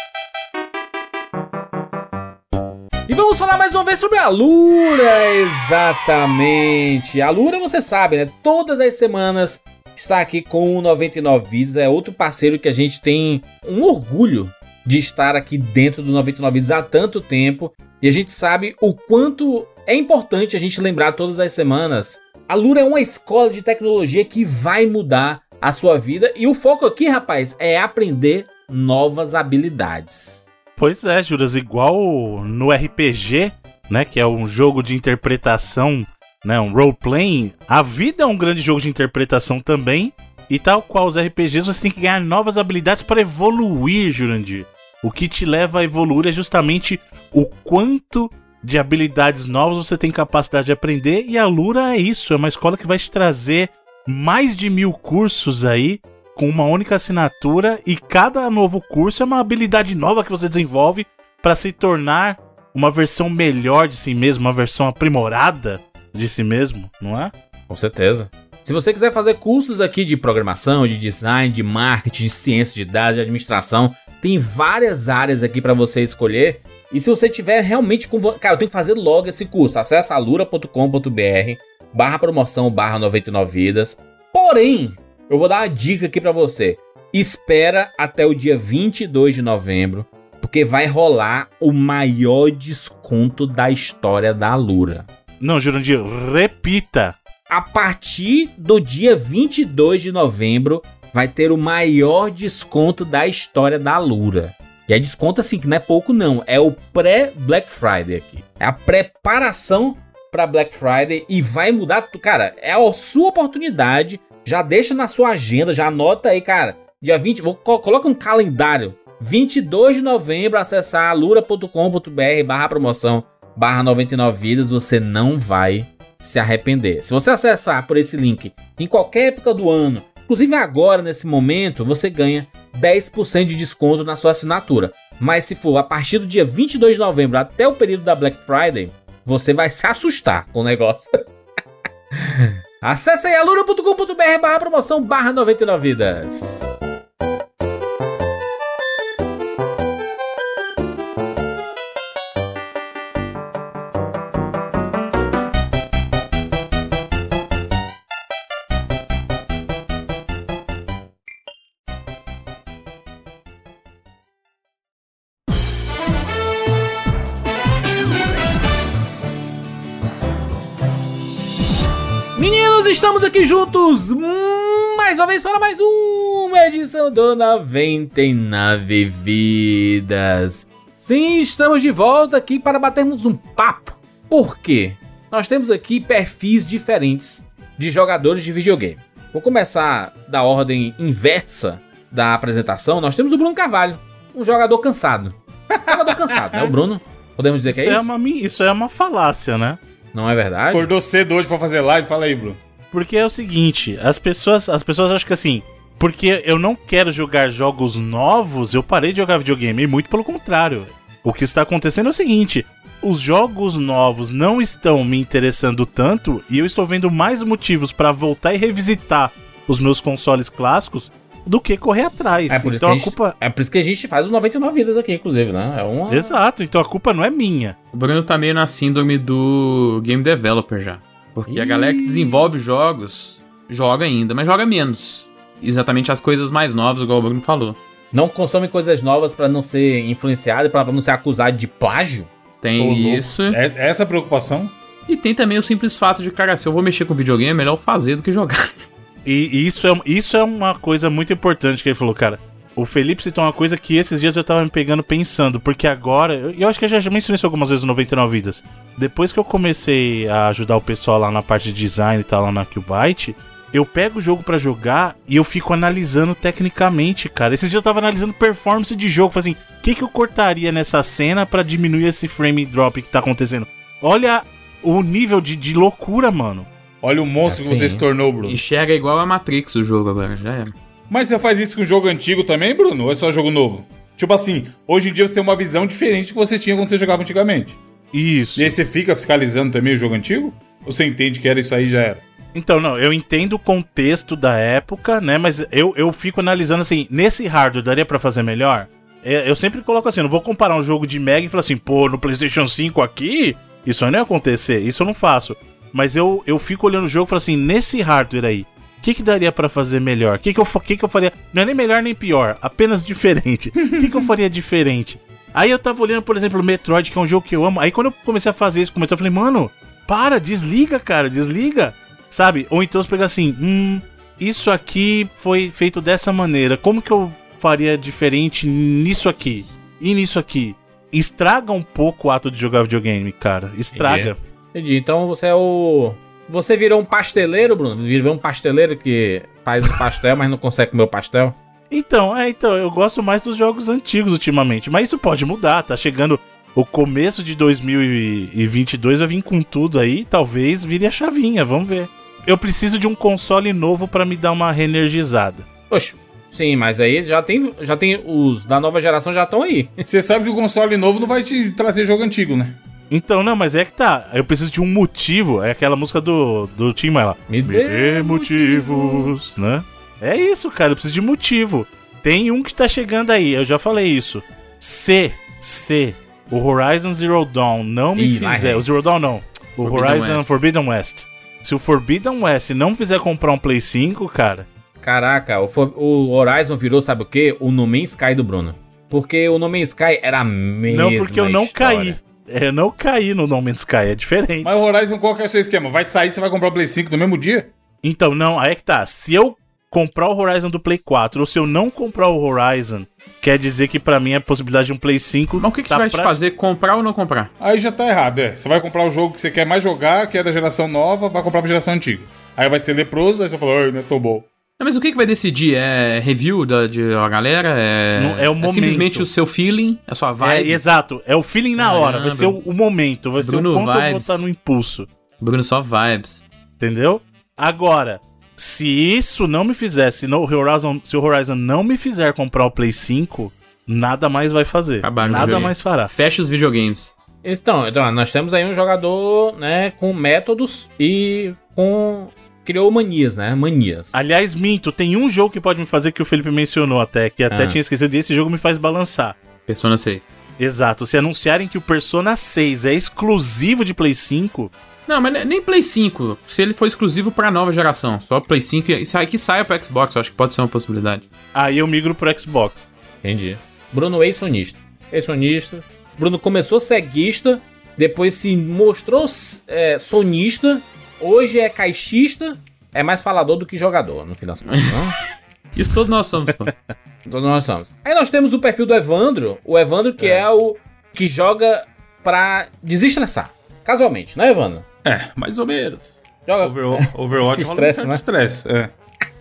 E vamos falar mais uma vez sobre a Alura, exatamente. A Alura, você sabe, né? Todas as semanas está aqui com o noventa e nove Vidas. É outro parceiro que a gente tem um orgulho de estar aqui dentro do noventa e nove Vidas há tanto tempo. E a gente sabe o quanto é importante a gente lembrar todas as semanas. A Alura é uma escola de tecnologia que vai mudar a sua vida. E o foco aqui, rapaz, é aprender novas habilidades. Pois é, Juras, igual no R P G, né, que é um jogo de interpretação, né, um role-playing, a vida é um grande jogo de interpretação também, e tal qual os R P Gs, você tem que ganhar novas habilidades para evoluir, Jurandir. O que te leva a evoluir é justamente o quanto de habilidades novas você tem capacidade de aprender, e a Alura é isso, é uma escola que vai te trazer mais de mil cursos aí, com uma única assinatura, e cada novo curso é uma habilidade nova que você desenvolve para se tornar uma versão melhor de si mesmo, uma versão aprimorada de si mesmo, não é? Com certeza. Se você quiser fazer cursos aqui de programação, de design, de marketing, de ciência de dados, de administração, tem várias áreas aqui para você escolher. E se você tiver realmente com... Cara, eu tenho que fazer logo esse curso. Acesse alura ponto com ponto b r barra promoção barra noventa e nove vidas. Porém... eu vou dar uma dica aqui pra você. Espera até o dia vinte e dois de novembro, porque vai rolar o maior desconto da história da Alura. Não, Jurandir, repita. A partir do dia vinte e dois de novembro, vai ter o maior desconto da história da Alura. E é desconto assim, que não é pouco não, é o pré-Black Friday aqui. É a preparação para Black Friday e vai mudar, cara, é a sua oportunidade. Já deixa na sua agenda, já anota aí, cara. Dia vinte, vou, coloca um calendário. vinte e dois de novembro, acessar alura ponto com ponto br barra promoção barra noventa e nove vidas, você não vai se arrepender. Se você acessar por esse link em qualquer época do ano, inclusive agora, nesse momento, você ganha dez por cento de desconto na sua assinatura. Mas se for a partir do dia vinte e dois de novembro até o período da Black Friday, você vai se assustar com o negócio. Acesse aí alura ponto com ponto br barra promoção barra noventa e nove vidas. Meninos, estamos aqui juntos mais uma vez para mais uma edição do noventa e nove Vidas. Sim, estamos de volta aqui para batermos um papo. Por quê? Nós temos aqui perfis diferentes de jogadores de videogame. Vou começar da ordem inversa da apresentação. Nós temos o Bruno Carvalho, um jogador cansado. Jogador cansado, né? O Bruno, podemos dizer que isso é é isso? Uma, isso é uma falácia, né? Não é verdade? Acordou cedo hoje pra fazer live? Fala aí, Bruno. Porque é o seguinte, as pessoas, as pessoas acham que assim, porque eu não quero jogar jogos novos, eu parei de jogar videogame. E muito pelo contrário. O que está acontecendo é o seguinte, os jogos novos não estão me interessando tanto e eu estou vendo mais motivos para voltar e revisitar os meus consoles clássicos do que correr atrás. É por, então a gente, culpa... é por isso que a gente faz o noventa e nove Vidas aqui, inclusive, né? É uma... Exato, então a culpa não é minha. O Bruno tá meio na síndrome do Game Developer já. Porque Ih. a galera que desenvolve jogos joga ainda, mas joga menos. Exatamente as coisas mais novas, igual o Bruno falou. Não consome coisas novas pra não ser influenciado, pra não ser acusado de plágio? Tem Ô, isso. É essa preocupação? E tem também o simples fato de, cara, se eu vou mexer com videogame, é melhor fazer do que jogar. E, e isso, é, isso é uma coisa muito importante que ele falou, cara. O Felipe citou uma coisa que esses dias eu tava me pegando pensando, porque agora, eu, eu acho que eu já mencionei isso algumas vezes no noventa e nove Vidas. Depois que eu comecei a ajudar o pessoal lá na parte de design e tal, lá na Qbyte, eu pego o jogo pra jogar e eu fico analisando tecnicamente, cara. Esses dias eu tava analisando performance de jogo, falei assim, o que que eu cortaria nessa cena pra diminuir esse frame drop que tá acontecendo? Olha o nível de, de loucura, mano. Olha o monstro É, que você sim. se tornou, Bruno. Enxerga igual a Matrix o jogo agora, já era. Mas você faz isso com jogo antigo também, Bruno? Ou é só jogo novo? Tipo assim, hoje em dia você tem uma visão diferente do que você tinha quando você jogava antigamente. Isso. E aí você fica fiscalizando também o jogo antigo? Ou você entende que era isso aí e já era? Então, não, eu entendo o contexto da época, né, mas eu, eu fico analisando assim, nesse hardware daria pra fazer melhor? É, eu sempre coloco assim, eu não vou comparar um jogo de Mega e falar assim, pô, no PlayStation cinco aqui, isso aí não ia acontecer, isso eu não faço. Mas eu, eu fico olhando o jogo e falo assim, nesse hardware aí, o que que daria pra fazer melhor? O que que, eu, que que eu faria? Não é nem melhor nem pior, apenas diferente. O que que eu faria diferente? Aí eu tava olhando, por exemplo, o Metroid, que é um jogo que eu amo. Aí quando eu comecei a fazer isso com o Metroid, eu falei, mano, para, desliga, cara, desliga. Sabe? Ou então você pegar assim, hum, isso aqui foi feito dessa maneira. Como que eu faria diferente nisso aqui? E nisso aqui? Estraga um pouco o ato de jogar videogame, cara. Estraga. Entendi. Então você é o... Você virou um pasteleiro, Bruno? Virou um pasteleiro que faz o pastel, mas não consegue comer o pastel? Então, é, então, eu gosto mais dos jogos antigos ultimamente. Mas isso pode mudar, tá chegando o começo de dois mil e vinte e dois, vai vir com tudo aí, talvez vire a chavinha, vamos ver. Eu preciso de um console novo pra me dar uma reenergizada. Poxa, sim, mas aí já tem, já tem os da nova geração já estão aí. Você sabe que o console novo não vai te trazer jogo antigo, né? Então, não, mas é que tá, eu preciso de um motivo, é aquela música do, do Tim Maia lá. Me Me dê motivos, né? É isso, cara, eu preciso de motivo. Tem um que tá chegando aí, eu já falei isso. Se, se o Horizon Zero Dawn não me Ih, fizer... vai, O Zero Dawn não, o Forbidden Horizon West. Forbidden West. Se o Forbidden West não fizer comprar um Play cinco, cara, Caraca, o, o Horizon virou, sabe o quê? O No Man's Sky do Bruno. Porque o No Man's Sky era a mesma Não, porque eu não história. caí. Eu não caí no No Man's Sky, é diferente. Mas o Horizon, qual que é o seu esquema? Vai sair, você vai comprar o Play cinco no mesmo dia? Então, não, aí é que tá. Se eu comprar o Horizon do Play quatro ou se eu não comprar o Horizon, quer dizer que pra mim a possibilidade de um Play cinco... Mas o que, que tá vai te pra- fazer, comprar ou não comprar? Aí já tá errado, é. Você vai comprar o jogo que você quer mais jogar, que é da geração nova, vai comprar pra geração antiga. Aí vai ser leproso, aí você fala, ai, não é tão bom. Não, mas o que, que vai decidir? É review da, de a galera? É, Não, é o momento. simplesmente o seu feeling, a sua É, vibe? exato. É o feeling na hora. Vai Caramba. ser o, o momento. Vai Bruno ser o quanto eu vou vibes. estar no impulso. Bruno, só vibes. Entendeu? Agora, se isso não me fizer, se, no Horizon, se o Horizon não me fizer comprar o Play cinco, nada mais vai fazer. Acabaram o nada videogame. mais fará. Fecha os videogames. Então, então, nós temos aí um jogador, né, com métodos e com... Criou manias, né? Manias. Aliás, minto, tem um jogo que pode me fazer que o Felipe mencionou até, que até Ah. tinha esquecido, e esse jogo me faz balançar. Persona seis. Exato, se anunciarem que o Persona seis é exclusivo de Play cinco, Não, mas nem Play cinco. Se ele for exclusivo pra nova geração. Só Play cinco e sai que saia pro Xbox. Eu acho que pode ser uma possibilidade. aí eu migro pro Xbox. Entendi. Bruno ex-sonista. Ex-sonista. Bruno começou ceguista, depois se mostrou é, sonista, hoje é caixista, é mais falador do que jogador, no fim das contas, não? Isso todos nós somos, pô. Todos nós somos. Aí nós temos o perfil do Evandro, o Evandro que é, é o que joga pra desestressar. Casualmente, né, Evandro? É, mais ou menos. Joga... Overwatch, Overwatch Se rola um estressa, certo né? estresse, é.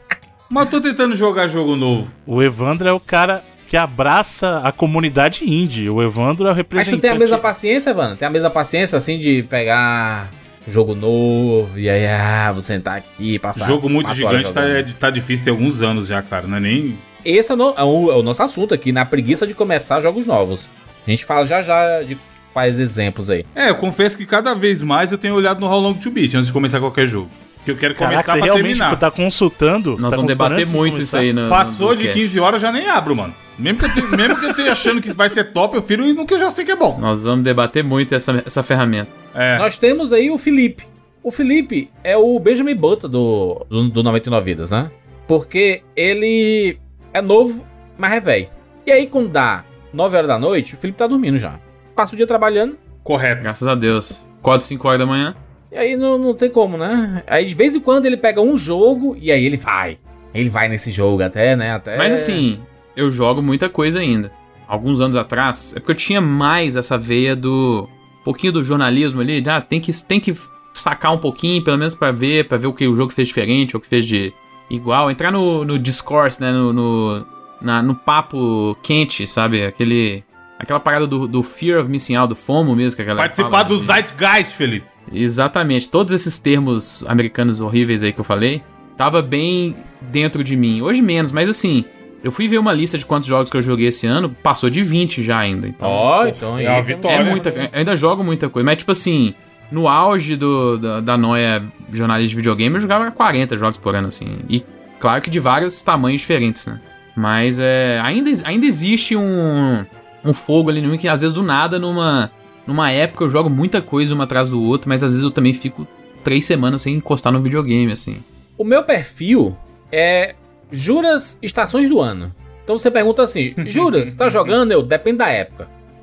Mas eu tô tentando jogar jogo novo. O Evandro é o cara que abraça a comunidade indie. O Evandro é o Mas representante... tu tem a mesma paciência, Evandro? Tem a mesma paciência, assim, de pegar jogo novo e aí, ah, vou sentar aqui e passar... jogo muito quatro horas gigante tá, jogando. tá difícil tem alguns anos já, cara. Não é nem... Esse é, no- é o, é o nosso assunto aqui, na preguiça de começar jogos novos. A gente fala já já de quais exemplos aí. É, eu confesso que cada vez mais eu tenho olhado no How Long to Beat antes de começar qualquer jogo. Que eu quero Caraca, começar você pra realmente terminar. tá consultando? Você Nós tá vamos consultando debater antes de muito começar? isso aí no. Passou no de cast. quinze horas, já nem abro, mano. Mesmo que eu, te- mesmo que eu esteja achando que vai ser top, eu firo no que eu já sei que é bom. Nós vamos debater muito essa, essa ferramenta. É. Nós temos aí o Felipe. O Felipe é o Benjamin Button do, do, do noventa e nove Vidas, né? Porque ele é novo, mas é velho. E aí, quando dá nove horas da noite, o Felipe tá dormindo já. Passa o dia trabalhando, Correto. Graças a Deus. quatro, cinco horas da manhã. e aí não, não tem como, né? Aí, de vez em quando, ele pega um jogo e aí ele vai. Ele vai nesse jogo até, né? Até... Mas assim, eu jogo muita coisa ainda. Alguns anos atrás, é porque eu tinha mais essa veia do... Um pouquinho do jornalismo ali. Ah, tem que, tem que sacar um pouquinho, pelo menos pra ver, pra ver o que o jogo fez diferente, ou o que fez de igual. Entrar no, no discourse, né? No, no, na, no papo quente, sabe? Aquele... Aquela parada do, do fear of missing out, do FOMO mesmo, que a galera Participar fala, do né? Zeitgeist, Felipe. Exatamente. Todos esses termos americanos horríveis aí que eu falei, tava bem dentro de mim. Hoje menos, mas assim, eu fui ver uma lista de quantos jogos que eu joguei esse ano, passou de vinte já ainda. Então, Ó, então aí... é uma tá- vitória. é muita, eu ainda jogo muita coisa. Mas tipo assim, no auge do, da, da noia jornalista de videogame, eu jogava quarenta jogos por ano, assim. E claro que de vários tamanhos diferentes, né? Mas é, ainda, ainda existe um, um fogo ali no que às vezes do nada, numa, numa época eu jogo muita coisa uma atrás do outro, mas às vezes eu também fico três semanas sem encostar no videogame, assim. O meu perfil é Juras Estações do Ano. Então você pergunta assim, Juras, tá jogando? Eu, depende da época.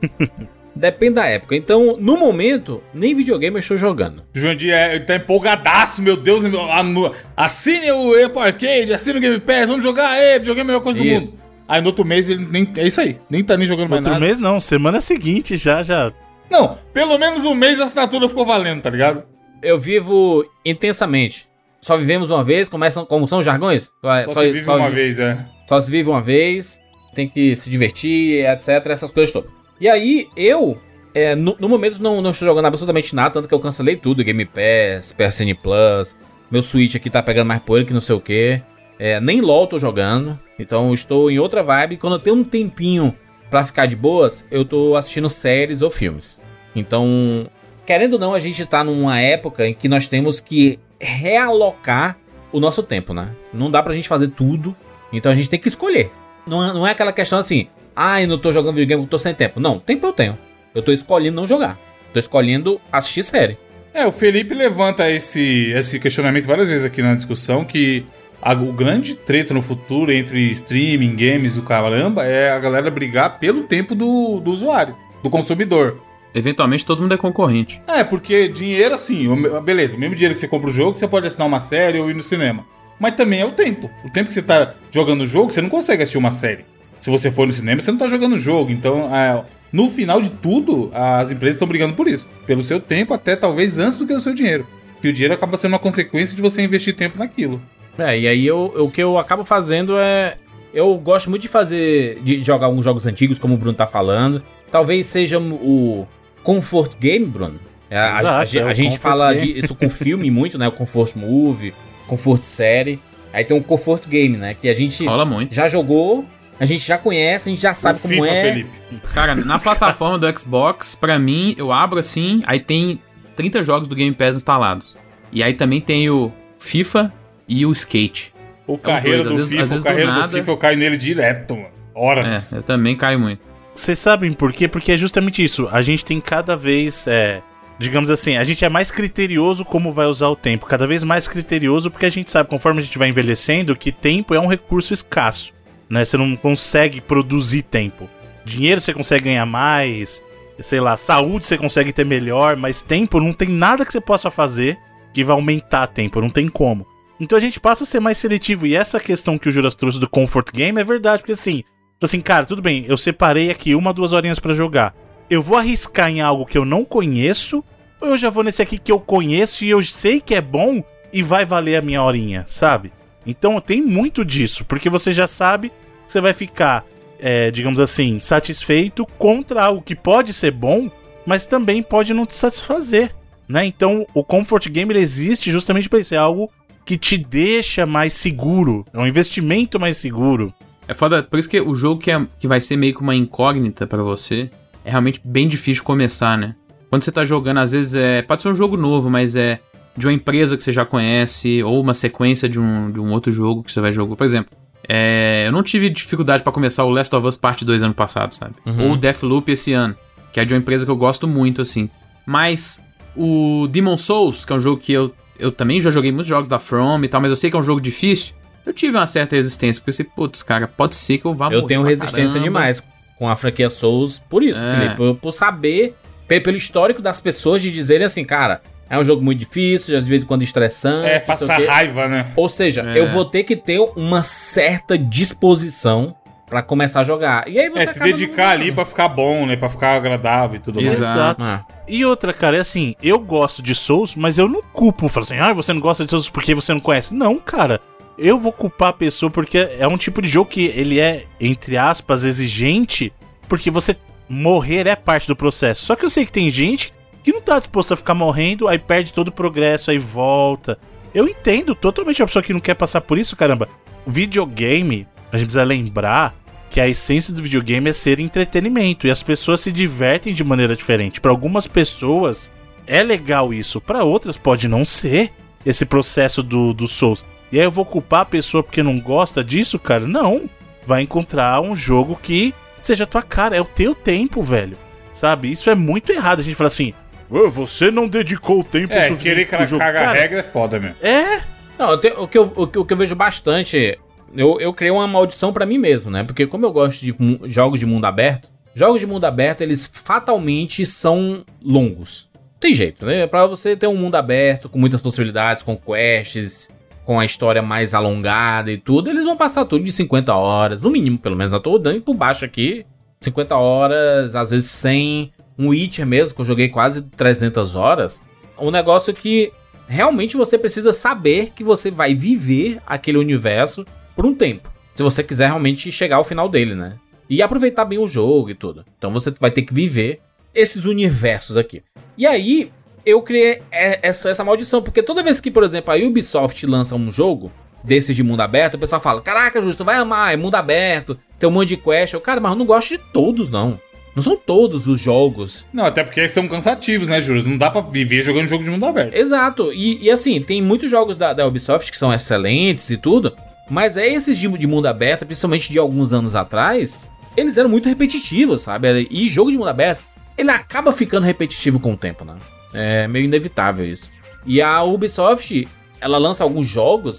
Depende da época. Então, no momento, nem videogame eu estou jogando. Jurandir é, tá empolgadaço, meu Deus. anu- Assine o Apple Arcade, assine o Game Pass, vamos jogar, aí, videogame é a melhor coisa do Isso. mundo. Aí no outro mês ele nem. É isso aí, nem tá nem jogando mais Outro nada. mês não, semana seguinte já, já... Não, pelo menos um mês a assinatura ficou valendo, tá ligado? Eu vivo intensamente. Só vivemos uma vez, começam, como são os jargões? Só, se vive uma vez, é. Só se vive uma vez, tem que se divertir, etcétera. Essas coisas todas. E aí, eu, é, no, no momento, não, não estou jogando absolutamente nada, tanto que eu cancelei tudo, Game Pass, P S N Plus, meu Switch aqui tá pegando mais poeira que não sei o que. É, nem LOL tô jogando, então eu estou em outra vibe. Quando eu tenho um tempinho pra ficar de boas, eu tô assistindo séries ou filmes. Então, querendo ou não, a gente tá numa época em que nós temos que realocar o nosso tempo, né? Não dá pra gente fazer tudo, então a gente tem que escolher. Não, é- não é aquela questão assim, ah, eu não tô jogando videogame porque eu tô sem tempo. Não, tempo eu tenho. Eu tô escolhendo não jogar. Tô escolhendo assistir série. É, o Felipe levanta esse, esse questionamento várias vezes aqui na discussão, que A, o grande treta no futuro entre streaming, games do caramba é a galera brigar pelo tempo do, do usuário, do consumidor. Eventualmente todo mundo é concorrente. É, porque dinheiro assim, beleza, o mesmo dinheiro que você compra o jogo, você pode assinar uma série ou ir no cinema. Mas também é o tempo. O tempo que você tá jogando o jogo, você não consegue assistir uma série. Se você for no cinema, você não tá jogando o jogo. Então, é, no final de tudo, as empresas estão brigando por isso. Pelo seu tempo, até talvez antes do que o seu dinheiro. Porque o dinheiro acaba sendo uma consequência de você investir tempo naquilo. É, e aí eu, o que eu acabo fazendo é... Eu gosto muito de fazer... De jogar alguns jogos antigos, como o Bruno tá falando. Talvez seja o Comfort Game, Bruno. É, a, Exato, a, a, é a o gente Comfort fala Game. de, isso com filme muito, né? O Comfort Movie, Comfort Série. Aí tem o Comfort Game, né? Que a gente Rola muito. já jogou, a gente já conhece, a gente já sabe O como FIFA, é. Felipe. Cara, na plataforma do Xbox, pra mim, eu abro assim, aí tem trinta jogos do Game Pass instalados. E aí também tem o FIFA e o Skate. O carreiro dois, às do vezes- FIFA, às vezes o carreiro do do, nada- FIFA eu caio nele direto, mano. Horas. É, eu também caio muito. Vocês sabem por quê? Porque é justamente isso. A gente tem cada vez, é, digamos assim, a gente é mais criterioso como vai usar o tempo. Cada vez mais criterioso porque a gente sabe, conforme a gente vai envelhecendo, que tempo é um recurso escasso, né? Você não consegue produzir tempo. Dinheiro você consegue ganhar mais, sei lá, saúde você consegue ter melhor, mas tempo não tem nada que você possa fazer que vai aumentar tempo, não tem como. Então a gente passa a ser mais seletivo. E essa questão que o Juras trouxe do Comfort Game é verdade, porque assim... Assim, cara, tudo bem, eu separei aqui uma, duas horinhas pra jogar. Eu vou arriscar em algo que eu não conheço, ou eu já vou nesse aqui que eu conheço e eu sei que é bom e vai valer a minha horinha, sabe? Então tem muito disso, porque você já sabe que você vai ficar, é, digamos assim, satisfeito contra algo que pode ser bom, mas também pode não te satisfazer, né? Então o Comfort Game ele existe justamente pra isso, é algo que te deixa mais seguro, é um investimento mais seguro. É foda, por isso que o jogo que, é, que vai ser meio que uma incógnita pra você é realmente bem difícil começar, né? Quando você tá jogando, às vezes, é pode ser um jogo novo, mas é de uma empresa que você já conhece, ou uma sequência de um, de um outro jogo que você vai jogar. Por exemplo, é, eu não tive dificuldade pra começar o Last of Us Part dois ano passado, sabe? Uhum. Ou o Deathloop esse ano, que é de uma empresa que eu gosto muito, assim. Mas o Demon's Souls, que é um jogo que eu, eu também já joguei muitos jogos da From e tal, mas eu sei que é um jogo difícil. Eu tive uma certa resistência, porque eu pensei, putz, cara, pode ser que eu vá morrer. Eu tenho pra resistência caramba. demais com a franquia Souls por isso, É. Felipe. Por, por saber, pe- pelo histórico das pessoas, de dizerem assim, cara, é um jogo muito difícil, de vez em quando estressante. É, não sei o passar quê. raiva, né? Ou seja, É. eu vou ter que ter uma certa disposição pra começar a jogar. E aí você É, se acaba dedicar não- ali pra ficar bom, né? Pra ficar agradável e tudo mais. Exato. Ah, E outra, cara, é assim, eu gosto de Souls, mas eu não culpo. Falo assim, ah, você não gosta de Souls porque você não conhece. Não, cara. Eu vou culpar a pessoa porque é um tipo de jogo que ele é, entre aspas, exigente, porque você morrer é parte do processo. Só que eu sei que tem gente que não tá disposto a ficar morrendo, aí perde todo o progresso, aí volta. Eu entendo totalmente a pessoa que não quer passar por isso, caramba. O videogame, a gente precisa lembrar que a essência do videogame é ser entretenimento, e as pessoas se divertem de maneira diferente. Para algumas pessoas é legal isso, para outras pode não ser esse processo do, do Souls. E aí eu vou culpar a pessoa porque não gosta disso, cara? Não. Vai encontrar um jogo que seja a tua cara, é o teu tempo, velho. Sabe? Isso é muito errado. A gente fala assim, "Ô, você não dedicou o tempo É, suficiente querer pro cara jogo." cagar a Cara, regra é foda mesmo. É, Não, eu tenho- o, que eu, o, que, o que eu vejo bastante, eu, eu criei uma maldição pra mim mesmo, né? Porque como eu gosto de mu- jogos de mundo aberto, jogos de mundo aberto, eles fatalmente são longos. Tem jeito, né? Pra você ter um mundo aberto, com muitas possibilidades, com quests, com a história mais alongada e tudo, eles vão passar tudo de cinquenta horas, no mínimo, pelo menos. Eu tô dando por baixo aqui, cinquenta horas, às vezes cem. Um Witcher mesmo, que eu joguei quase trezentas horas. Um negócio que realmente você precisa saber que você vai viver aquele universo por um tempo. Se você quiser realmente chegar ao final dele, né? E aproveitar bem o jogo e tudo. Então você vai ter que viver esses universos aqui. E aí, eu criei essa, essa maldição. Porque toda vez que, por exemplo, a Ubisoft lança um jogo desses de mundo aberto, o pessoal fala, caraca, Justo, vai amar, é mundo aberto, tem um monte de quest. Eu, cara, mas eu não gosto de todos, não. Não são todos os jogos. Não, até porque são cansativos, né, Júlio? Não dá pra viver jogando jogo de mundo aberto. Exato. E, e assim, tem muitos jogos da, da Ubisoft que são excelentes e tudo, mas é esses de, de mundo aberto, principalmente de alguns anos atrás, eles eram muito repetitivos, sabe? E jogo de mundo aberto, ele acaba ficando repetitivo com o tempo, né? É meio inevitável isso. E a Ubisoft, ela lança alguns jogos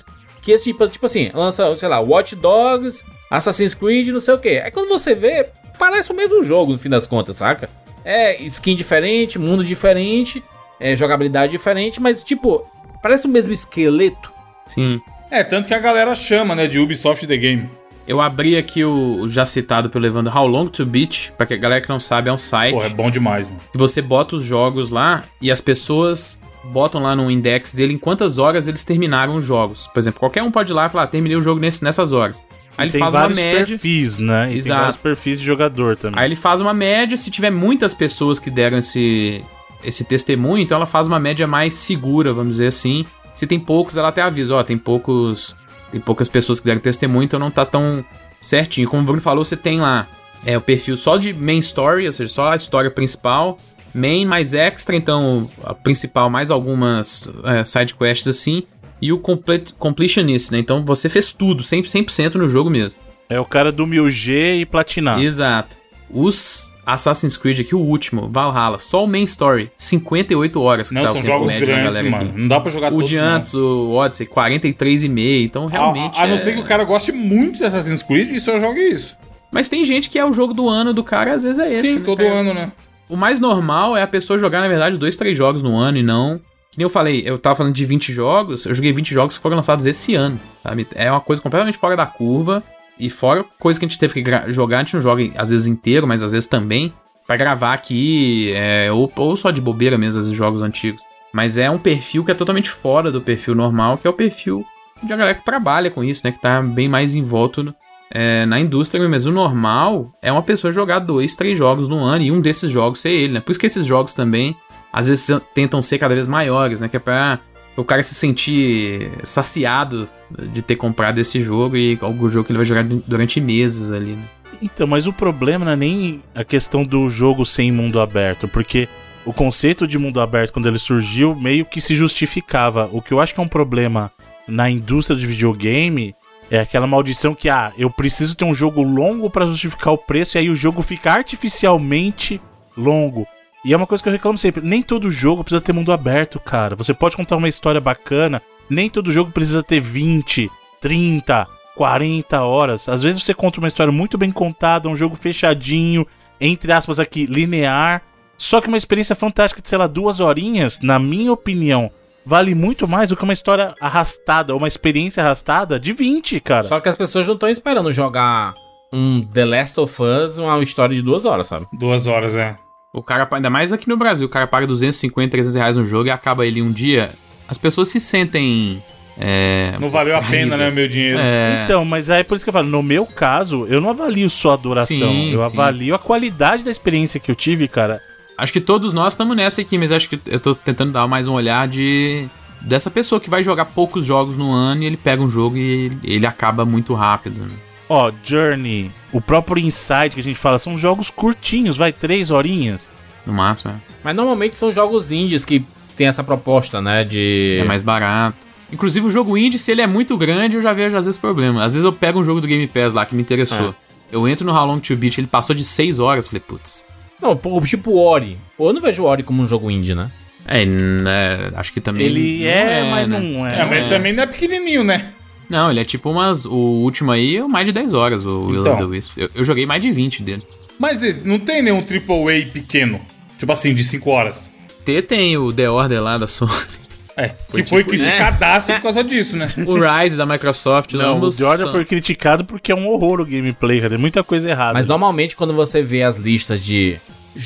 que esse tipo, tipo assim, lança, sei lá, Watch Dogs, Assassin's Creed, não sei o quê. Aí quando você vê, parece o mesmo jogo no fim das contas, saca? É skin diferente, mundo diferente, é jogabilidade diferente, mas tipo, parece o mesmo esqueleto. Sim. É, tanto que a galera chama, né, de Ubisoft The Game. Eu abri aqui o, o já citado pelo Evandro, How Long to Beat, pra que a galera que não sabe, é um site. Pô, é bom demais, mano. Que você bota os jogos lá e as pessoas botam lá no index dele em quantas horas eles terminaram os jogos. Por exemplo, qualquer um pode ir lá e falar, ah, terminei o jogo nesse, nessas horas. Aí ele tem faz uma vários média. perfis, né? E Exato. tem vários perfis de jogador também. Aí ele faz uma média, se tiver muitas pessoas que deram esse, esse testemunho, então ela faz uma média mais segura, vamos dizer assim. Se tem poucos, ela até avisa, ó, tem poucos, tem poucas pessoas que deram testemunho, então não tá tão certinho. Como o Bruno falou, você tem lá é, o perfil só de main story, ou seja, só a história principal, main mais extra, então a principal mais algumas é, side quests assim, e o complete, completionist, né? Então você fez tudo, cem por cento no jogo mesmo. É o cara do mil G e platinar. Exato. Os Assassin's Creed aqui, o último, Valhalla, só o main story, cinquenta e oito horas. Não, tá são o tempo jogos médio da grandes, galera mano. aqui. Não dá pra jogar O todos, de antes, o Odyssey, quarenta e três e meio, então realmente A, a, a não é... ser que o cara goste muito de Assassin's Creed e só jogue isso. Mas tem gente que é o jogo do ano do cara, às vezes é esse. Sim, né, todo cara? ano, né? O mais normal é a pessoa jogar, na verdade, dois, três jogos no ano e não... Que nem eu falei, eu tava falando de vinte jogos, eu joguei vinte jogos que foram lançados esse ano, sabe? É uma coisa completamente fora da curva. E fora coisa que a gente teve que gra- jogar, a gente não joga às vezes inteiro, mas às vezes também, pra gravar aqui, é, ou, ou só de bobeira mesmo, às vezes jogos antigos. Mas é um perfil que é totalmente fora do perfil normal, que é o perfil de uma galera que trabalha com isso, né? Que tá bem mais envolto no, é, na indústria, mas o normal é uma pessoa jogar dois, três jogos no ano e um desses jogos ser ele, né? Por isso que esses jogos também, às vezes, tentam ser cada vez maiores, né? Que é pra o cara se sentir saciado de ter comprado esse jogo e algum jogo que ele vai jogar durante meses ali, né? Então, mas o problema não é nem a questão do jogo sem mundo aberto, porque o conceito de mundo aberto, quando ele surgiu, meio que se justificava. O que eu acho que é um problema na indústria de videogame é aquela maldição que, ah, eu preciso ter um jogo longo pra justificar o preço, e aí o jogo fica artificialmente longo. E é uma coisa que eu reclamo sempre, nem todo jogo precisa ter mundo aberto, cara. Você pode contar uma história bacana, nem todo jogo precisa ter vinte, trinta, quarenta horas. Às vezes você conta uma história muito bem contada, um jogo fechadinho, entre aspas aqui, linear. Só que uma experiência fantástica de, sei lá, duas horinhas, na minha opinião, vale muito mais do que uma história arrastada, ou uma experiência arrastada de vinte, cara. Só que as pessoas não estão esperando jogar um The Last of Us, uma história de duas horas, sabe? Duas horas, é. O cara, ainda mais aqui no Brasil, o cara paga duzentos e cinquenta, trezentos reais no jogo e acaba ele um dia. As pessoas se sentem... É, Não valeu a pena, corridas. né, meu dinheiro. É, Então, mas é por isso que eu falo, no meu caso, eu não avalio só a duração, Sim, eu sim. avalio a qualidade da experiência que eu tive, cara. acho que todos nós estamos nessa aqui, mas acho que eu tô tentando dar mais um olhar de... Dessa pessoa que vai jogar poucos jogos no ano e ele pega um jogo e ele acaba muito rápido, né? Ó, Journey, o próprio Inside que a gente fala, são jogos curtinhos, vai, três horinhas. No máximo, é. Mas normalmente são jogos indies que tem essa proposta, né, de... É mais barato. Inclusive o jogo indie, se ele é muito grande, eu já vejo às vezes problema. Às vezes eu pego um jogo do Game Pass lá que me interessou. É. Eu entro no How Long to Beat, ele passou de seis horas, falei, putz. Não, pô, tipo Ori. Eu não vejo o Ori como um jogo indie, né? É, né, acho que também... Ele não é, mas né? não é. É, mas ele também não é pequenininho, né? Não, ele é tipo umas... O último aí é mais de dez horas, o Will Então. of the Wisp. Eu, eu joguei mais de vinte dele. Mas esse- não tem nenhum triple A pequeno. Tipo assim, de cinco horas. T tem o The Order lá da Sony. É, que foi tipo, criticadaço por causa disso, né? O Rise da Microsoft. Não, o ambos The Order são- foi criticado porque é um horror o gameplay, cara. Tem muita coisa errada. Mas normalmente quando você vê as listas de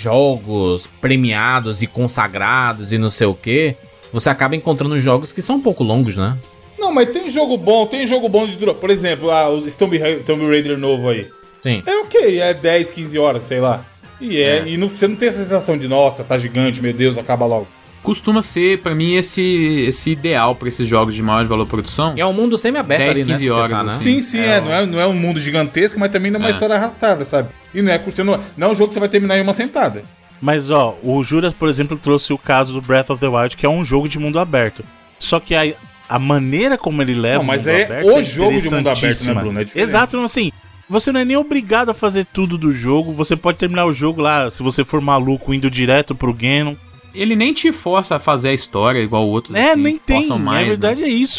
jogos premiados e consagrados e não sei o que, você acaba encontrando jogos que são um pouco longos, né? Não, mas tem jogo bom, tem jogo bom de dura. Por exemplo, ah, o Tomb, Ra- Tomb Raider novo aí. Sim. É ok, é dez, quinze horas, sei lá. E é, É. e não- você não tem essa sensação de, nossa, tá gigante, meu Deus, acaba logo. Costuma ser, pra mim, esse, esse ideal pra esses jogos de maior valor produção. E é um mundo semi-aberto dez, ali, né? quinze se horas, pensar, né? assim. Sim, sim, é. Não, é, não é um mundo gigantesco, mas também não é uma É. história arrastada, sabe? E não é, você não, não é um jogo que você vai terminar em uma sentada. Mas ó, o Juras, por exemplo, trouxe o caso do Breath of the Wild, que é um jogo de mundo aberto. Só que a, a maneira como ele leva Não, mas o mundo é aberto o jogo de mundo aberto, né, interessantíssima. Bruno? É diferente. Exato, não, assim, você não é nem obrigado a fazer tudo do jogo, você pode terminar o jogo lá, se você for maluco, indo direto pro Ganon. Ele nem te força a fazer a história igual outros. É, que nem tem, forçam mais, na verdade né? é isso.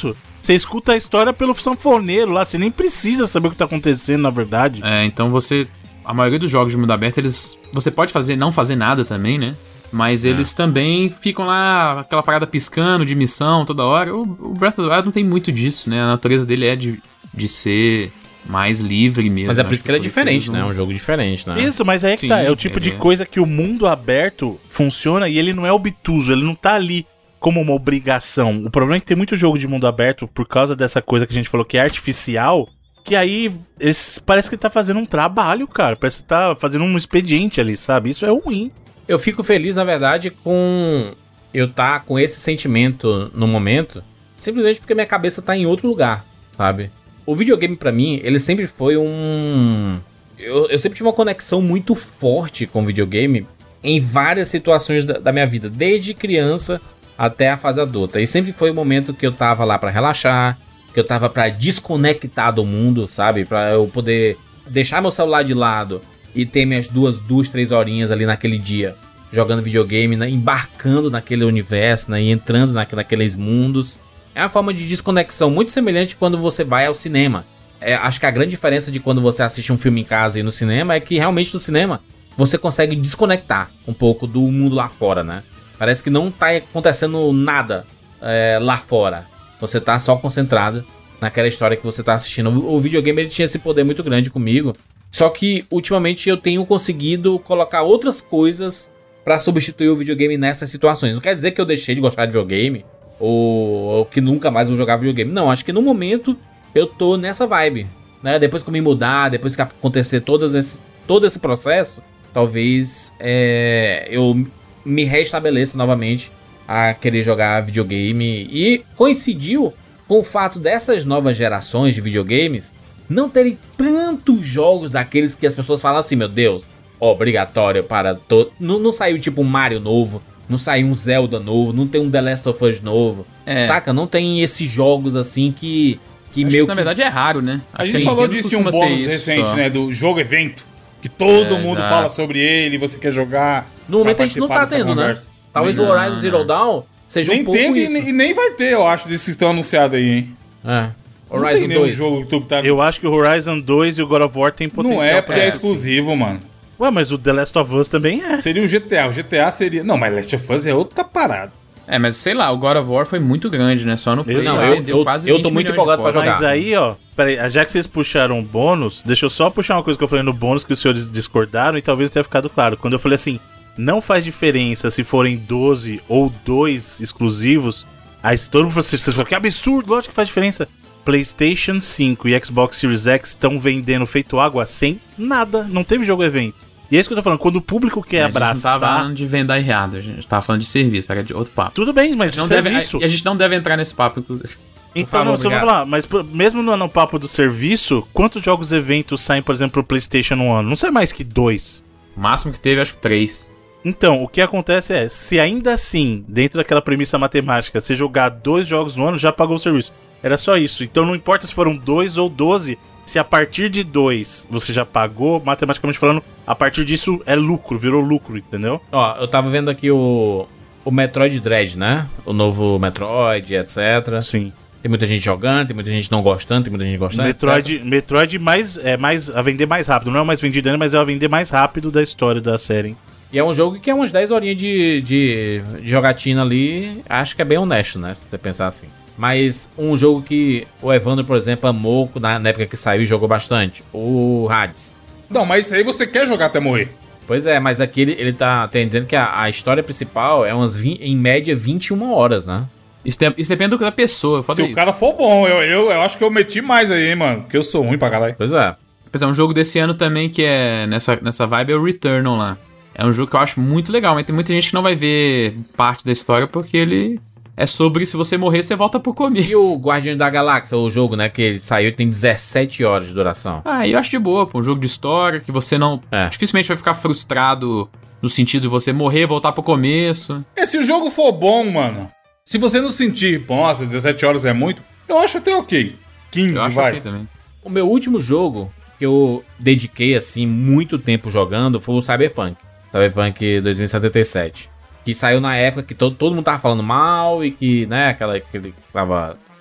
Você escuta a história pelo sanfoneiro lá, você nem precisa saber o que tá acontecendo, na verdade. É, então você... A maioria dos jogos de mundo aberto, eles... Você pode fazer, não fazer nada também, né? Mas é. eles também ficam lá, aquela parada piscando de missão toda hora. O, o Breath of the Wild não tem muito disso, né? A natureza dele é de, de ser mais livre mesmo. Mas é por isso que ele é por diferente, não... né? É um jogo diferente, né? Isso, mas aí é que Sim, tá. É o tipo de é. coisa que o mundo aberto funciona e ele não é obtuso, ele não tá ali como uma obrigação. O problema é que tem muito jogo de mundo aberto por causa dessa coisa que a gente falou que é artificial, que aí eles, parece que tá fazendo um trabalho, cara. Parece que tá fazendo um expediente ali, sabe? Isso é ruim. Eu fico feliz, na verdade, com eu tá com esse sentimento no momento, simplesmente porque minha cabeça tá em outro lugar, sabe? O videogame, pra mim, ele sempre foi um... Eu, eu sempre tive uma conexão muito forte com o videogame em várias situações da, da minha vida, desde criança até a fase adulta. E sempre foi o momento que eu tava lá pra relaxar, que eu tava pra desconectar do mundo, sabe? Pra eu poder deixar meu celular de lado e ter minhas duas, duas, três horinhas ali naquele dia, jogando videogame, né? Embarcando naquele universo, né? E entrando naque, naqueles mundos. É uma forma de desconexão muito semelhante quando você vai ao cinema. É, acho que a grande diferença de quando você assiste um filme em casa e no cinema é que realmente no cinema você consegue desconectar um pouco do mundo lá fora, né? Parece que não tá acontecendo nada é, lá fora. Você tá só concentrado naquela história que você tá assistindo. O, o videogame ele tinha esse poder muito grande comigo. Só que ultimamente eu tenho conseguido colocar outras coisas pra substituir o videogame nessas situações. Não quer dizer que eu deixei de gostar de videogame ou, ou que nunca mais vou jogar videogame. Não, acho que no momento eu tô nessa vibe, né? Depois que eu me mudar, depois que acontecer todas esse, todo esse processo, talvez é, eu me restabeleça novamente a querer jogar videogame. E coincidiu com o fato dessas novas gerações de videogames não terem tantos jogos daqueles que as pessoas falam assim, meu Deus, obrigatório para todo. Não, não saiu tipo um Mario novo, não saiu um Zelda novo, não tem um The Last of Us novo, É. saca? Não tem esses jogos assim que, que Acho que meio isso, na que... verdade, é raro, né? A Acho gente que falou Nintendo disso em um costuma ter bônus isso recente, só. né? Do jogo evento. Que todo É, mundo exato. fala sobre ele, você quer jogar. No momento vai a gente não tá participar dessa tendo, né? conversa. Talvez Não, o Horizon não. Zero Dawn seja Nem um pouco tem isso. e, e nem vai ter, eu acho, desses que estão anunciados aí, hein? É. Não tem Horizon nenhum dois. jogo que tu tá... Eu acho que o Horizon dois e o God of War tem potencial Não é, pra porque é isso, sim. exclusivo, mano. Ué, mas o The Last of Us também é. Seria o G T A. O G T A seria... Não, mas Last of Us é outra parada. É, mas sei lá, o God of War foi muito grande, né? Só no Play. Não, já eu- vendeu eu- quase eu tô vinte muito milhões de empolgado pra cópias. jogar. Mas aí, ó, peraí, já que vocês puxaram um bônus, deixa eu só puxar uma coisa que eu falei no bônus que os senhores discordaram e talvez tenha ficado claro. Quando eu falei assim, não faz diferença se forem doze ou dois exclusivos, aí todo mundo falou assim, vocês falam, que absurdo, lógico que faz diferença. PlayStation cinco e Xbox Series X estão vendendo feito água sem nada, não teve jogo evento. E é isso que eu tô falando, quando o público quer É, a gente abraçar... não tava falando de venda errado, a gente tava falando de serviço, era de outro papo. Tudo bem, mas Não deve, serviço... a, e a gente não deve entrar nesse papo, inclusive. Então, favor, não, só vou obrigado. falar, mas pô, mesmo no, no papo do serviço, quantos jogos eventos saem, por exemplo, pro PlayStation no ano? Não sai mais que dois. O máximo que teve, acho que três. Então, o que acontece é, se ainda assim, dentro daquela premissa matemática, você jogar dois jogos no ano, já pagou o serviço. Era só isso. Então não importa se foram dois ou doze, se a partir de dois você já pagou, matematicamente falando, a partir disso é lucro, virou lucro, entendeu? Ó, eu tava vendo aqui o, o Metroid Dread, né? O novo Metroid, etcétera. Sim. Tem muita gente jogando, tem muita gente não gostando, tem muita gente gostando, Metroid, Metroid mais, é mais a vender mais rápido. Não é o mais vendido ainda, mas é a vender mais rápido da história da série. E é um jogo que é umas dez horinhas de, de, de jogatina ali. Acho que é bem honesto, né? Se você pensar assim. Mas um jogo que o Evandro, por exemplo, amou na, na época que saiu e jogou bastante. O Hades. Não, mas isso aí você quer jogar até morrer. Pois é, mas aqui ele, ele tá, tá dizendo que a, a história principal é umas, vinte, em média, vinte e uma horas, né? Isso, de, isso depende da pessoa, eu Se falei o isso. cara for bom, eu, eu, eu acho que eu meti mais aí, hein, mano. Porque eu sou ruim pra caralho. Pois é. Apesar, um jogo desse ano também que é nessa, nessa vibe é o Returnal lá. É um jogo que eu acho muito legal, mas tem muita gente que não vai ver parte da história porque ele é sobre se você morrer, você volta pro começo. E o Guardião da Galáxia, o jogo, né, que ele saiu, tem dezessete horas de duração. Ah, eu acho de boa, pô. Um jogo de história que você não... É. Dificilmente vai ficar frustrado no sentido de você morrer, voltar pro começo. É, se o jogo for bom, mano. Se você não sentir, nossa, dezessete horas é muito, eu acho até ok. quinze, Eu acho vai. ok também. O meu último jogo que eu dediquei, assim, muito tempo jogando foi o Cyberpunk. Cyberpunk dois mil e setenta e sete. Que saiu na época que todo, todo mundo tava falando mal e que, né, aquela que ele tava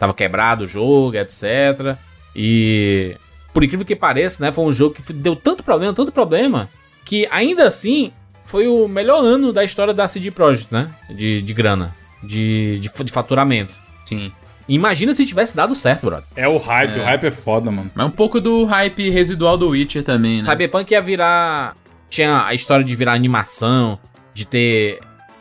tava quebrado o jogo, etcétera. E, por incrível que pareça, né, foi um jogo que deu tanto problema, tanto problema, que ainda assim foi o melhor ano da história da C D Projekt, né, de, de grana, de, de, de faturamento. Sim. Imagina se tivesse dado certo, brother. É o hype, É. o hype é foda, mano. Mas um pouco do hype residual do Witcher também, né? Cyberpunk ia virar... Tinha a história de virar animação, de ter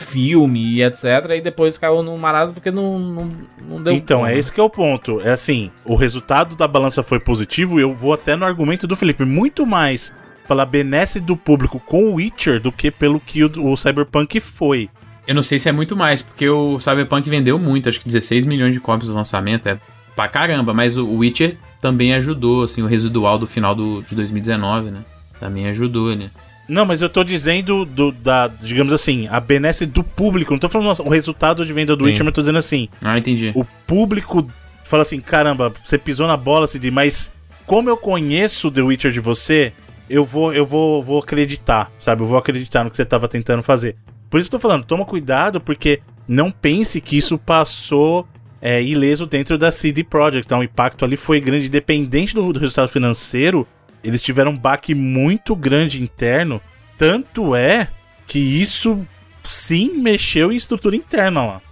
filme e etcétera. E depois caiu no marasmo porque não, não, não deu... Então, bom, é né? esse que é o ponto. É assim, o resultado da balança foi positivo e eu vou até no argumento do Felipe. Muito mais pela benesse do público com o Witcher do que pelo que o, o Cyberpunk foi. Eu não sei se é muito mais, porque o Cyberpunk vendeu muito, acho que dezesseis milhões de cópias no lançamento, é pra caramba, mas o Witcher também ajudou, assim, o residual do final do, de dois mil e dezenove, né? Também ajudou, né? Não, mas eu tô dizendo, do, da, digamos assim, a benesse do público. Não tô falando nossa, o resultado de venda do Sim. Witcher, mas tô dizendo assim, Ah, entendi. o público fala assim, caramba, você pisou na bola, Cid, mas como eu conheço The Witcher de você, eu vou, eu vou, vou acreditar, sabe? Eu vou acreditar no que você tava tentando fazer. Por isso que eu tô falando, toma cuidado, porque não pense que isso passou é, ileso dentro da C D Projekt. Então, o impacto ali foi grande, independente do, do resultado financeiro, eles tiveram um baque muito grande interno. Tanto é que isso sim mexeu em estrutura interna lá.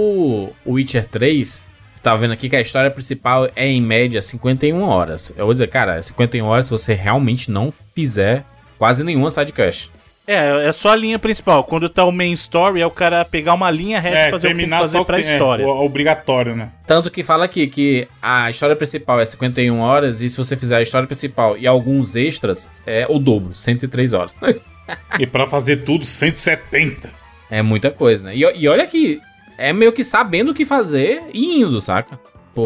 O Witcher três, tava vendo aqui que a história principal é em média cinquenta e uma horas. Eu vou dizer, cara, cinquenta e uma horas se você realmente não fizer quase nenhuma sidequest. É, é só a linha principal. Quando tá o main story, é o cara pegar uma linha reta e fazer o que tem que fazer só pra que tem- história. É, o- obrigatório, né? Tanto que fala aqui que a história principal é cinquenta e uma horas e se você fizer a história principal e alguns extras, é o dobro, cento e três horas. E pra fazer tudo, cento e setenta. É muita coisa, né? E, e olha que é meio que sabendo o que fazer e indo, saca?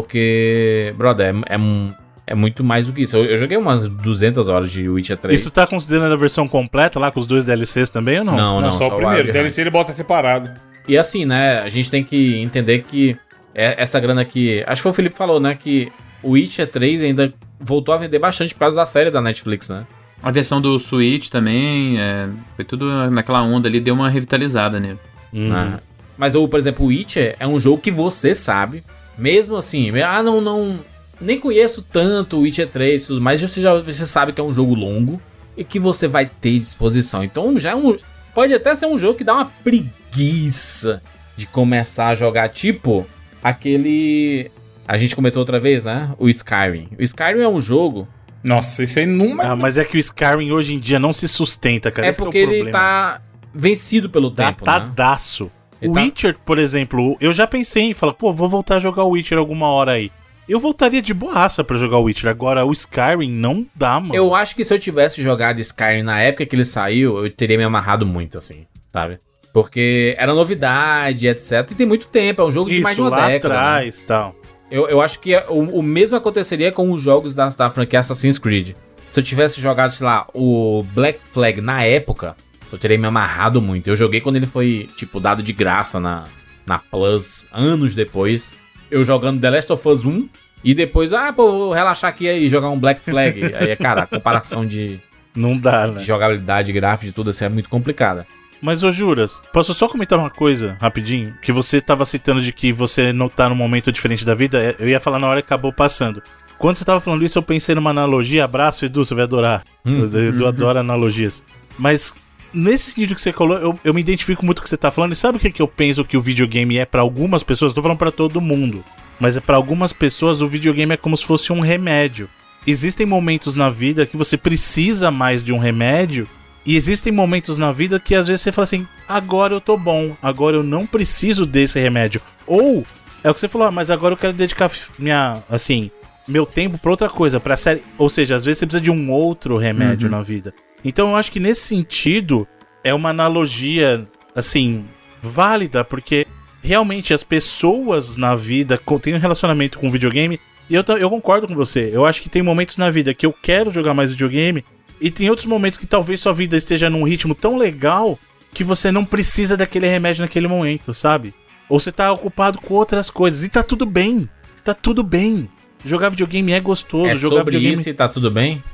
Porque, brother, é, é, um- é muito mais do que isso. Eu, eu joguei umas duzentas horas de Witcher três. Isso tá considerando a versão completa lá, com os dois D L Cs também ou não? Não, Não, não, só, o primeiro. Wild D L C ele bota separado. E assim, né, a gente tem que entender que é- essa grana aqui... Acho que foi o Felipe falou, né, que o Witcher três ainda voltou a vender bastante por causa da série da Netflix, né? A versão do Switch também, é, foi tudo naquela onda ali, deu uma revitalizada nele. Hum. né? Mas, ou, por exemplo, o Witcher é um jogo que você sabe, mesmo assim, ah, não, não... Nem conheço tanto o Witcher três e tudo mais, você já você sabe que é um jogo longo e que você vai ter disposição. Então já é um... Pode até ser um jogo que dá uma preguiça de começar a jogar, tipo aquele... A gente comentou outra vez, né? O Skyrim. O Skyrim é um jogo... Nossa, isso aí não... Ah, mas é que o Skyrim hoje em dia não se sustenta, cara. é Esse que porque é o ele problema. tá vencido pelo tempo, né? Datadaço. Ele O tá- Witcher, por exemplo, eu já pensei em falar, pô, vou voltar a jogar o Witcher alguma hora aí. Eu voltaria de boaça pra jogar o Witcher. Agora, o Skyrim não dá, mano. Eu acho que se eu tivesse jogado Skyrim na época que ele saiu, eu teria me amarrado muito, assim, sabe? Porque era novidade, etcétera. E tem muito tempo, é um jogo de Isso, mais de uma lá década. Né? atrás e tal. Eu, eu acho que o, o mesmo aconteceria com os jogos da, da franquia Assassin's Creed. Se eu tivesse jogado, sei lá, o Black Flag na época, eu teria me amarrado muito. Eu joguei quando ele foi, tipo, dado de graça na, na Plus, anos depois. Eu jogando The Last of Us um, e depois, ah, pô, vou relaxar aqui e jogar um Black Flag. Aí, cara, a comparação de, Não dá, né? de jogabilidade, gráfico, de tudo assim, é muito complicada. Mas, ô Juras, posso só comentar uma coisa, rapidinho? Que você tava citando de que você não tá num momento diferente da vida. Eu ia falar na hora que acabou passando. Quando você tava falando isso, eu pensei numa analogia. Abraço, Edu, você vai adorar. Hum. O Edu adora analogias. Mas, nesse sentido que você falou, eu, eu me identifico muito com o que você tá falando. E sabe o que, que eu penso que o videogame é pra algumas pessoas? Eu tô falando pra todo mundo. Mas é pra algumas pessoas, o videogame é como se fosse um remédio. Existem momentos na vida que você precisa mais de um remédio. E existem momentos na vida que às vezes você fala assim, agora eu tô bom, agora eu não preciso desse remédio. Ou, é o que você falou, ah, mas agora eu quero dedicar minha, assim, meu tempo pra outra coisa, pra série. Ou seja, às vezes você precisa de um outro remédio Uhum. na vida. Então eu acho que nesse sentido, é uma analogia, assim, válida, porque realmente as pessoas na vida co- têm um relacionamento com o videogame. E eu, ta- eu concordo com você, eu acho que tem momentos na vida que eu quero jogar mais videogame. E tem outros momentos que talvez sua vida esteja num ritmo tão legal que você não precisa daquele remédio naquele momento, sabe? Ou você tá ocupado com outras coisas. E tá tudo bem. Tá tudo bem. Jogar videogame é gostoso. É jogar sobre videogame... isso e tá tudo bem?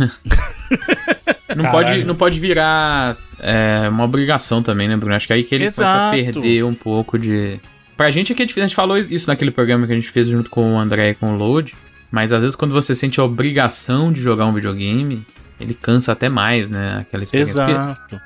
Não Caralho. pode, não pode virar é, uma obrigação também, né, Bruno? Acho que é aí que ele começa a Exato. perder um pouco de, Pra gente aqui é difícil, a gente falou isso naquele programa que a gente fez junto com o André e com o Load, mas às vezes quando você sente a obrigação de jogar um videogame, ele cansa até mais, né? Aquela experiência. Exato. Porque,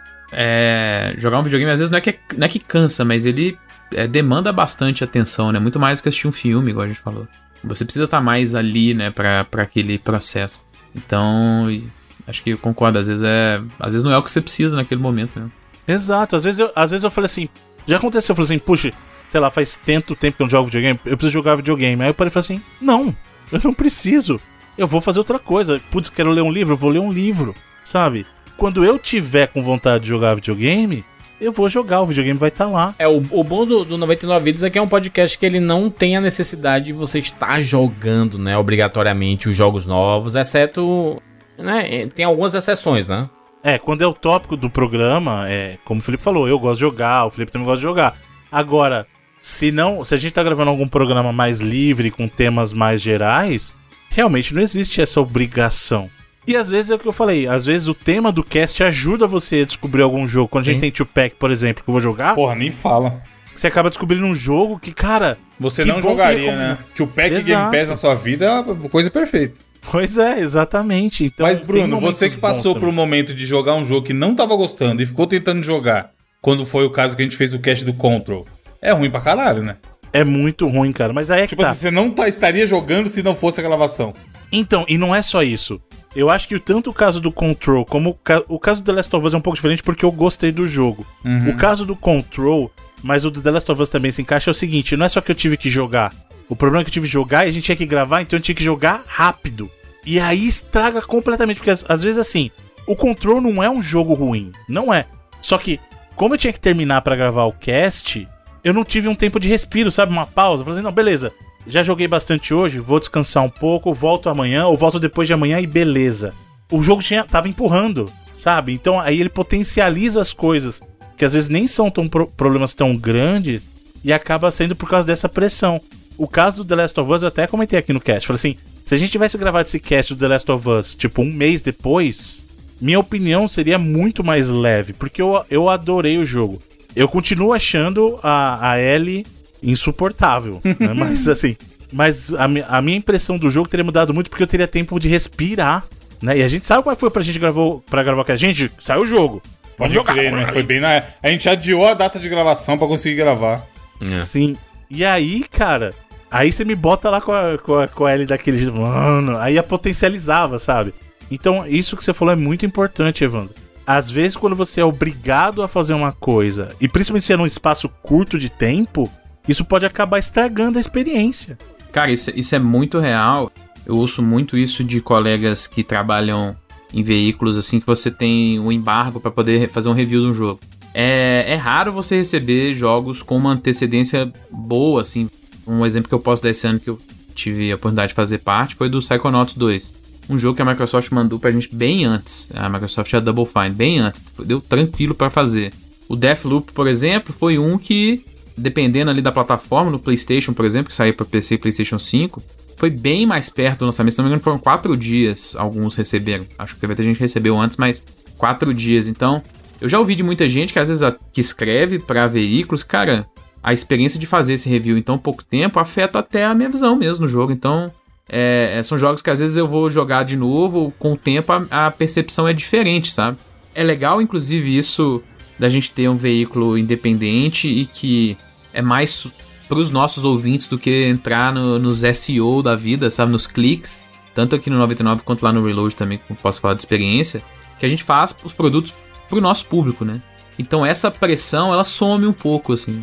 é, jogar um videogame às vezes não é que, não é que cansa, mas ele é, demanda bastante atenção, né? Muito mais do que assistir um filme, igual a gente falou. Você precisa estar mais ali, né, pra, pra aquele processo. Então, acho que eu concordo, às vezes é. Às vezes não é o que você precisa naquele momento, né? Exato, às vezes eu, às vezes eu falei assim, já aconteceu, eu falei assim, puxa, sei lá, faz tanto tempo que eu não jogo videogame, eu preciso jogar videogame. Aí eu parei e falei assim, não, eu não preciso, eu vou fazer outra coisa. Putz, quero ler um livro, eu vou ler um livro, sabe? Quando eu tiver com vontade de jogar videogame, eu vou jogar, o videogame vai estar lá. É, o, o bom do, do noventa e nove Vidas é que é um podcast que ele não tem a necessidade de você estar jogando, né, obrigatoriamente os jogos novos, exceto, né, tem algumas exceções, né? É, quando é o tópico do programa, é, como o Felipe falou, eu gosto de jogar, o Felipe também gosta de jogar. Agora, se não, se a gente tá gravando algum programa mais livre, com temas mais gerais, realmente não existe essa obrigação. E às vezes é o que eu falei, às vezes o tema do cast ajuda você a descobrir algum jogo. Quando a gente Sim. tem Tupac, por exemplo, que eu vou jogar, Porra, nem fala. você acaba descobrindo um jogo que, cara... Você que não bom jogaria, que- né? Tupac e Game Exato. Pass na sua vida é uma coisa perfeita. Pois é, exatamente. Então, Mas, tem Bruno, momentos você que bons passou por também. um momento de jogar um jogo que não tava gostando e ficou tentando jogar, quando foi o caso que a gente fez o cast do Control, é ruim pra caralho, né? É muito ruim, cara. Mas aí é que Tipo tá. assim, você não tá, estaria jogando se não fosse a gravação. Então, e não é só isso. Eu acho que tanto o caso do Control como o, ca- o caso do The Last of Us é um pouco diferente porque eu gostei do jogo. Uhum. O caso do Control, mas o do The Last of Us também se encaixa, é o seguinte, não é só que eu tive que jogar. O problema é que eu tive que jogar e a gente tinha que gravar, então eu tinha que jogar rápido. E aí estraga completamente, porque às, às vezes assim, o Control não é um jogo ruim, não é. Só que, como eu tinha que terminar pra gravar o cast, eu não tive um tempo de respiro, sabe? Uma pausa. Eu falei assim, não, beleza, já joguei bastante hoje, vou descansar um pouco, volto amanhã, ou volto depois de amanhã e beleza. O jogo tinha, tava empurrando, sabe? Então aí ele potencializa as coisas, que às vezes nem são tão pro- problemas tão grandes, e acaba sendo por causa dessa pressão. O caso do The Last of Us eu até comentei aqui no cast, falei assim, se a gente tivesse gravado esse cast do The Last of Us, tipo, um mês depois, minha opinião seria muito mais leve, porque eu, eu adorei o jogo. Eu continuo achando a, a Ellie insuportável, né? Mas assim, mas a, mi- a minha impressão do jogo teria mudado muito porque eu teria tempo de respirar, né? E a gente sabe como é que foi pra gente gravou, pra gravar com a gente, saiu o jogo. Pode crer, né? Foi bem na... A gente adiou a data de gravação pra conseguir gravar. Sim. E aí, cara, aí você me bota lá com a, com a, com a Ellie daquele jeito, mano, aí a potencializava, sabe? Então, isso que você falou é muito importante, Evandro. Às vezes, quando você é obrigado a fazer uma coisa, e principalmente se é num espaço curto de tempo, isso pode acabar estragando a experiência. Cara, isso, isso é muito real. Eu ouço muito isso de colegas que trabalham em veículos assim, que você tem um embargo pra poder fazer um review de um jogo. É, é raro você receber jogos com uma antecedência boa, assim. Um exemplo que eu posso dar esse ano que eu tive a oportunidade de fazer parte foi do Psychonauts dois. Um jogo que a Microsoft mandou pra gente bem antes. A Microsoft e a Double Fine, bem antes. Deu tranquilo pra fazer. O Deathloop, por exemplo, foi um que, dependendo ali da plataforma, no PlayStation, por exemplo, que saiu pra P C e PlayStation cinco, foi bem mais perto do lançamento. Se não me engano, foram quatro dias alguns receberam. Acho que teve até gente que recebeu antes, mas quatro dias. Então, eu já ouvi de muita gente que às vezes a, que escreve pra veículos, cara, a experiência de fazer esse review em tão pouco tempo afeta até a minha visão mesmo no jogo. Então, é, são jogos que às vezes eu vou jogar de novo, com o tempo a, a percepção é diferente, sabe? É legal, inclusive, isso da gente ter um veículo independente e que é mais pros nossos ouvintes do que entrar no, nos S E O da vida, sabe? Nos cliques, tanto aqui no noventa e nove quanto lá no Reload também, que eu posso falar de experiência, que a gente faz os produtos pro nosso público, né? Então essa pressão, ela some um pouco, assim.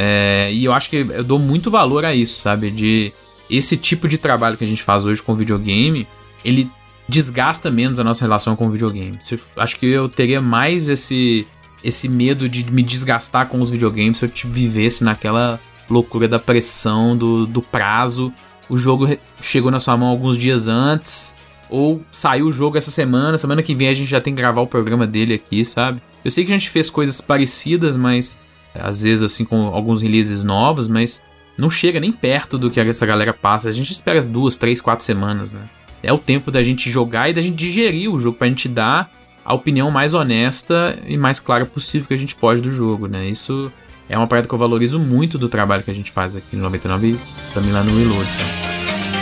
É, e eu acho que eu dou muito valor a isso, sabe? De esse tipo de trabalho que a gente faz hoje com videogame, ele desgasta menos a nossa relação com o videogame. Acho que eu teria mais esse, esse medo de me desgastar com os videogames se eu vivesse naquela loucura da pressão, do, do prazo. O jogo chegou na sua mão alguns dias antes, ou saiu o jogo essa semana, semana que vem a gente já tem que gravar o programa dele aqui, sabe? Eu sei que a gente fez coisas parecidas, mas às vezes assim com alguns releases novos, mas não chega nem perto do que essa galera passa. A gente espera duas, três, quatro semanas, né? É o tempo da gente jogar e da gente digerir o jogo, pra gente dar a opinião mais honesta e mais clara possível que a gente pode do jogo, né? Isso é uma parada que eu valorizo muito do trabalho que a gente faz aqui no noventa e nove e também lá no Reload, sabe?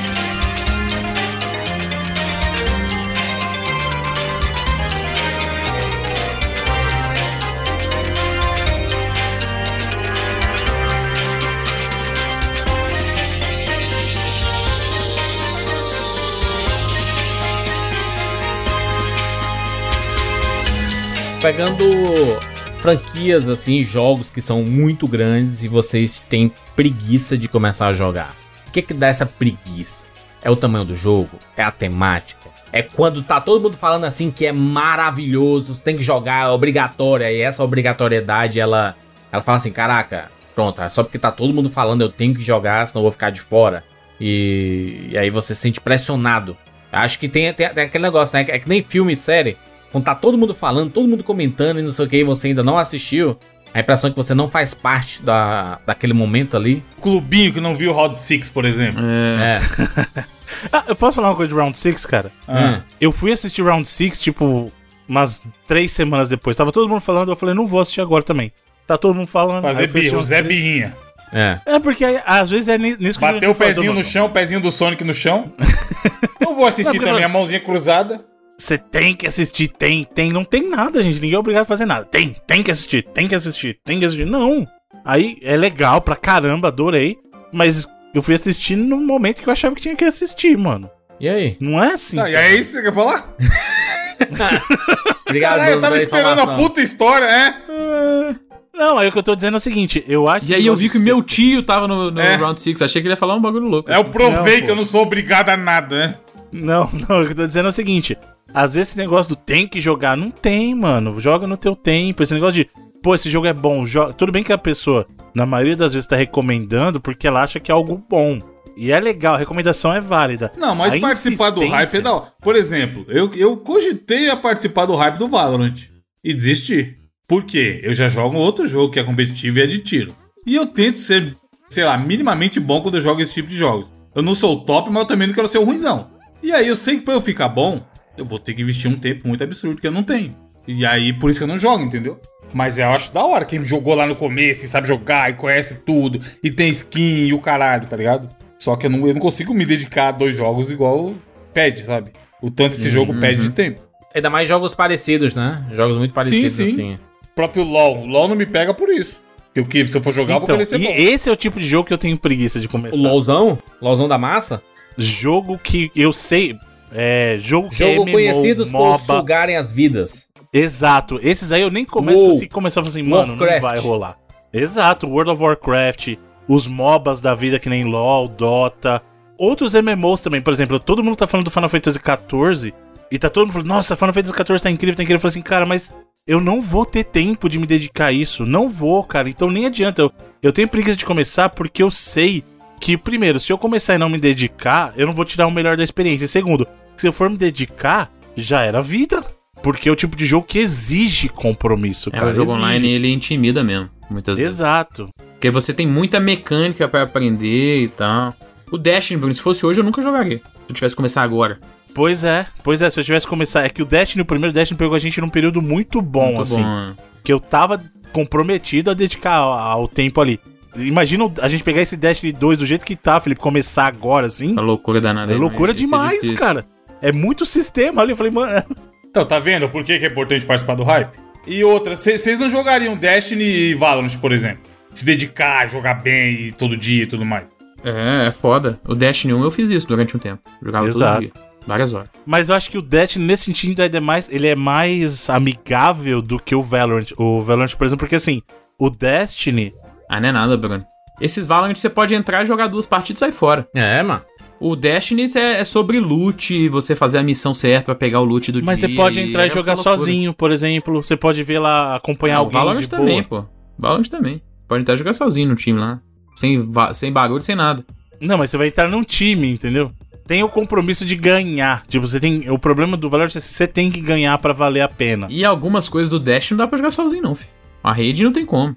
Pegando franquias, assim, jogos que são muito grandes e vocês têm preguiça de começar a jogar. O que que dá essa preguiça? É o tamanho do jogo? É a temática? É quando tá todo mundo falando assim que é maravilhoso, você tem que jogar, é obrigatório, e essa obrigatoriedade, ela, ela fala assim, caraca, pronto, é só porque tá todo mundo falando eu tenho que jogar, senão eu vou ficar de fora. E, e aí você se sente pressionado. Acho que tem, tem, tem aquele negócio, né? É que nem filme e série. Quando tá todo mundo falando, todo mundo comentando e não sei o que, e você ainda não assistiu, a impressão é que você não faz parte da, daquele momento ali. Clubinho que não viu Round six, por exemplo. É. É. Ah, eu posso falar uma coisa de Round six, cara? Ah. Eu fui assistir Round six, tipo, umas três semanas depois. Tava todo mundo falando, eu falei, não vou assistir agora também. Tá todo mundo falando. Fazer birra, o Zé Birrinha. É. É, porque aí, às vezes é nisso que Bateu o pezinho no chão, o pezinho do Sonic no chão. Eu vou assistir Não, também, não. a mãozinha cruzada. Você tem que assistir, tem, tem. Não tem nada, gente. Ninguém é obrigado a fazer nada. Tem, tem que assistir, tem que assistir, tem que assistir. Não. Aí é legal pra caramba, adorei. Mas eu fui assistir no momento que eu achava que tinha que assistir, mano. E aí? Não é assim. Tá, e é isso que você quer falar? Obrigado, Caralho, eu Bruno, tava pela esperando a informação. puta história, é? Não, aí o que eu tô dizendo é o seguinte, eu acho E aí eu vi que o o meu tio tava no, no É. Round six, achei que ele ia falar um bagulho louco. É, eu provei Não, que pô. eu não sou obrigado a nada, né? Não, não, o que eu tô dizendo é o seguinte. Às vezes esse negócio do tem que jogar, não tem, mano. Joga no teu tempo. Esse negócio de, pô, esse jogo é bom. Joga... Tudo bem que a pessoa, na maioria das vezes, tá recomendando porque ela acha que é algo bom. E é legal, a recomendação é válida. Não, mas A participar do insistência- hype é da hora. Por exemplo, eu, eu cogitei a participar do hype do Valorant e desisti. Por quê? Eu já jogo outro jogo que é competitivo e é de tiro. E eu tento ser, sei lá, minimamente bom quando eu jogo esse tipo de jogos. Eu não sou o top, mas eu também não quero ser o ruizão. E aí eu sei que pra eu ficar bom, eu vou ter que investir um tempo muito absurdo que eu não tenho. E aí, por isso que eu não jogo, entendeu? Mas eu acho da hora quem jogou lá no começo e sabe jogar e conhece tudo, e tem skin e o caralho, tá ligado? Só que eu não, eu não consigo me dedicar a dois jogos igual pede, sabe? O tanto esse jogo pede de tempo. Ainda mais jogos parecidos, né? Jogos muito parecidos, sim. assim. O próprio LoL. O LoL não me pega por isso. Porque o que, se eu for jogar, eu vou Então, querer ser e bom. esse é o tipo de jogo que eu tenho preguiça de começar. O LOLzão? LOLzão da massa? Jogo que eu sei... É, jogo que é Jogo M M O, conhecidos por MOBA. sugarem as vidas. Exato. Esses aí eu nem começo, Uou. eu consigo começar a falar assim, mano, Warcraft. não vai rolar. Exato, World of Warcraft, os MOBAs da vida que nem LoL, Dota, outros M M Os também, por exemplo, todo mundo tá falando do Final Fantasy quatorze e tá todo mundo falando, nossa, Final Fantasy quatorze tá incrível, tá incrível. Eu falo assim, cara, mas eu não vou ter tempo de me dedicar a isso, não vou, cara, então nem adianta. Eu, eu tenho preguiça de começar porque eu sei que, primeiro, se eu começar e não me dedicar, eu não vou tirar o melhor da experiência. E segundo, se eu for me dedicar, já era vida. Porque é o tipo de jogo que exige compromisso, É, cara. o jogo exige. online, ele intimida mesmo, muitas vezes. Exato. Porque você tem muita mecânica pra aprender e tal. O Destiny, Bruno, se fosse hoje, eu nunca jogaria. Se eu tivesse que começar agora. Pois é, pois é, se eu tivesse começar... É que o Destiny, o primeiro Destiny pegou a gente num período muito bom, Muito assim. bom. Que eu tava comprometido a dedicar ao, ao tempo ali. Imagina a gente pegar esse Destiny dois do jeito que tá, Felipe, começar agora, assim. A loucura danada. É aí, loucura mas ia ser demais, difícil. cara. É muito sistema ali. Eu falei, mano... Então, tá vendo por que que é importante participar do hype? E outra, vocês não jogariam Destiny e Valorant, por exemplo? Se dedicar, jogar bem e todo dia e tudo mais. É, é foda. O Destiny um eu fiz isso durante um tempo. Jogava Exato. todo dia. Várias horas. Mas eu acho que o Destiny, nesse sentido, é mais, ele é mais amigável do que o Valorant. O Valorant, por exemplo, porque assim, o Destiny... Ah, não é nada, Bruno. Esses Valorant você pode entrar, jogar duas partidas e sair fora. É, mano. O Destiny é, é sobre loot, você fazer a missão certa pra pegar o loot do Mas dia. você pode entrar e é jogar essa loucura. sozinho, por exemplo. Você pode ver lá, acompanhar Ah, o alguém Valorant de também, boa. pô. Valorant também. Pode entrar e jogar sozinho no time lá. Sem, va- sem bagulho, sem nada. Não, mas você vai entrar num time, entendeu? Tem o compromisso de ganhar. Tipo, você tem... O problema do Valorant é que você tem que ganhar pra valer a pena. E algumas coisas do Dash não dá pra jogar sozinho, não, filho. A raid não tem como.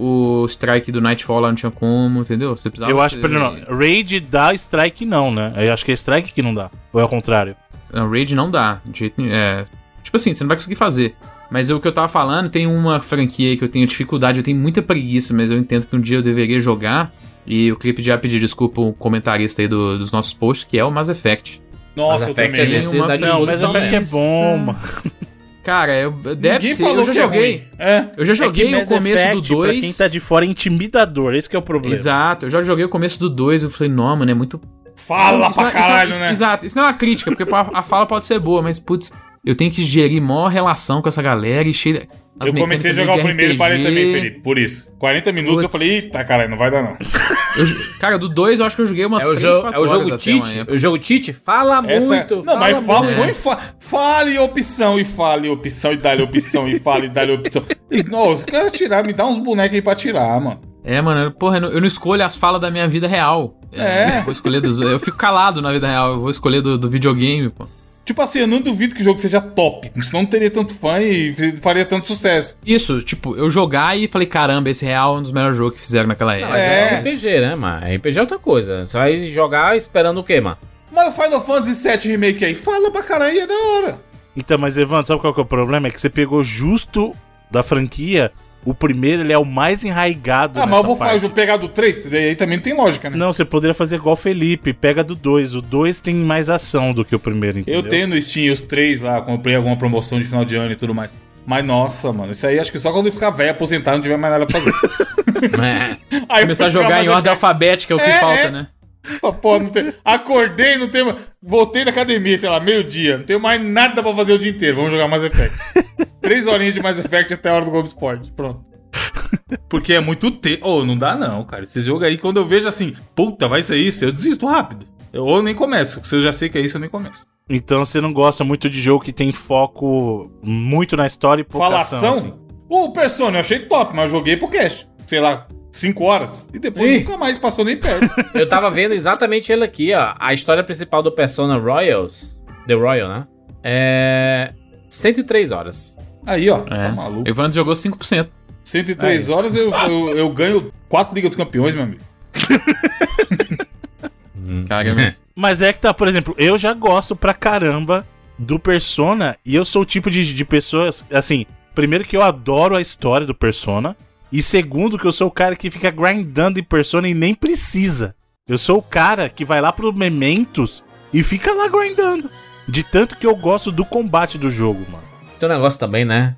O strike do Nightfall lá não tinha como, entendeu? Você precisava... Eu acho que, ser- não, Raid dá, Strike não, né? Eu acho que é Strike que não dá. Ou é o contrário? Não, raid não dá. De jeito nenhum. É... Tipo assim, você não vai conseguir fazer. Mas o que eu tava falando, tem uma franquia aí que eu tenho dificuldade, eu tenho muita preguiça, mas eu entendo que um dia eu deveria jogar. E eu queria pedir, já pedir desculpa ao comentarista aí do, dos nossos posts, que é o Mass Effect. Nossa, eu também. É uma Não, Mass Effect é bom, mano. Cara, eu, deve Ninguém ser, falou eu já que é joguei. ruim. É. Eu já joguei É que o Mass começo Effect, do dois. Pra quem tá de fora é intimidador, esse que é o problema. Exato, eu já joguei o começo do dois, eu falei, não, mano, é muito... Fala Isso pra não é- isso caralho, não- isso- né? Exato, isso não é uma crítica, porque a, a fala pode ser boa, mas, putz, eu tenho que gerir maior relação com essa galera e cheio... as Eu comecei a mecânicas jogar o de primeiro e parei R P G. também, Felipe. Por isso. quarenta minutos eu Putz. falei, eita, caralho, não vai dar não. Eu jo- cara, do dois eu acho que eu joguei umas É o, três, jogo, quatro é o jogo horas até uma Tite? época. O jogo Tite fala Essa- muito. Não, mas fala, muito. põe, fa... fale opção e fale opção e dá-lhe opção e fale e dá-lhe opção. E, nossa, eu quero tirar, me dá uns bonecos aí pra tirar, mano. É, mano, eu- porra, eu não, eu não escolho as falas da minha vida real. É. Eu vou escolher dos, eu fico calado na vida real, eu vou escolher do, do videogame, pô. Tipo assim, eu não duvido que o jogo seja top, senão não teria tanto fã e faria tanto sucesso. Isso, tipo, eu jogar e falei, caramba, esse real é um dos melhores jogos que fizeram naquela época. Mas é, É. R P G, né, mano? R P G é outra coisa. Você vai jogar esperando o quê, mano? Mas o Final Fantasy sete Remake aí, fala pra caralho, é da hora. Então, mas Evandro, sabe qual que é o problema? É que você pegou justo da franquia, o primeiro ele é o mais enraigado. Ah, mas eu nessa vou parte. fazer, pegar do três, aí também não tem lógica, né? Não, você poderia fazer igual o Felipe, pega do dois. O dois tem mais ação do que o primeiro, entendeu? Eu tenho no Steam os três lá, comprei alguma promoção de final de ano e tudo mais. Mas nossa, mano, isso aí acho que só quando eu ficar velho, aposentado, não tiver mais nada pra fazer. Aí eu Começar a vou jogar mais em ordem Effect. alfabética é o que É, falta, é. né? Ah, pô, não tem... Acordei, não tenho. Voltei da academia, sei lá, meio-dia. Não tenho mais nada pra fazer o dia inteiro. Vamos jogar Mass Effect. Três horinhas de Mass Effect até a hora do Globo Esporte. Pronto. Porque é muito tempo. Ô, não dá não, cara. Esse jogo aí, quando eu vejo assim, puta, vai ser isso, eu desisto rápido. Eu, ou eu nem começo. Se eu já sei que é isso, eu nem começo. Então você não gosta muito de jogo que tem foco muito na história e pouca ação, Falação? assim. O Persona eu achei top, mas eu joguei pro cast. Sei lá, cinco horas. E depois Ih. nunca mais passou nem perto. Eu tava vendo exatamente ele aqui, ó. A história principal do Persona Royals, The Royal, né? É... cento e três horas. Aí, ó, É. tá maluco. Evandro jogou cinco por cento. cento e três horas eu, eu, eu ganho quatro Ligas dos Campeões, meu amigo. Caramba. Mas é que tá, por exemplo, eu já gosto pra caramba do Persona e eu sou o tipo de, de pessoas, assim, primeiro que eu adoro a história do Persona e segundo que eu sou o cara que fica grindando em Persona e nem precisa. Eu sou o cara que vai lá pro Mementos e fica lá grindando. De tanto que eu gosto do combate do jogo, mano. Tem um negócio também, né?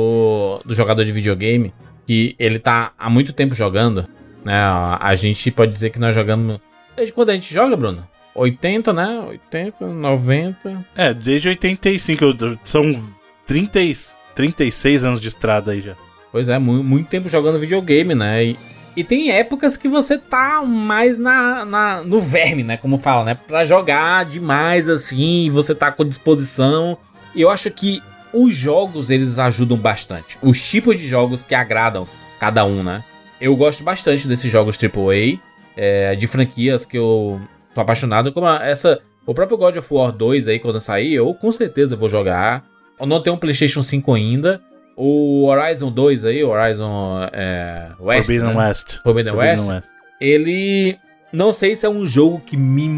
Do, do jogador de videogame, que ele tá há muito tempo jogando, né? A, a gente pode dizer que nós jogamos... Desde quando a gente joga, Bruno? oitenta, né? oitenta, noventa... É, desde oitenta e cinco, eu- são trinta, e- trinta e seis anos de estrada aí já. Pois é, muito, muito tempo jogando videogame, né? E, e tem épocas que você tá mais na, na, no verme, né? Como fala, né? Pra jogar demais, assim, você tá com disposição. E eu acho que os jogos, eles ajudam bastante. Os tipos de jogos que agradam cada um, né? Eu gosto bastante desses jogos triplo A, é, de franquias que eu tô apaixonado. Como a- essa, o próprio God of War dois aí, quando sair, eu com certeza vou jogar. Eu não tenho um PlayStation cinco ainda. O Horizon dois aí, o Horizon é, West, Forbidden né? West. Forbidden West, ele... Não sei se é um jogo que me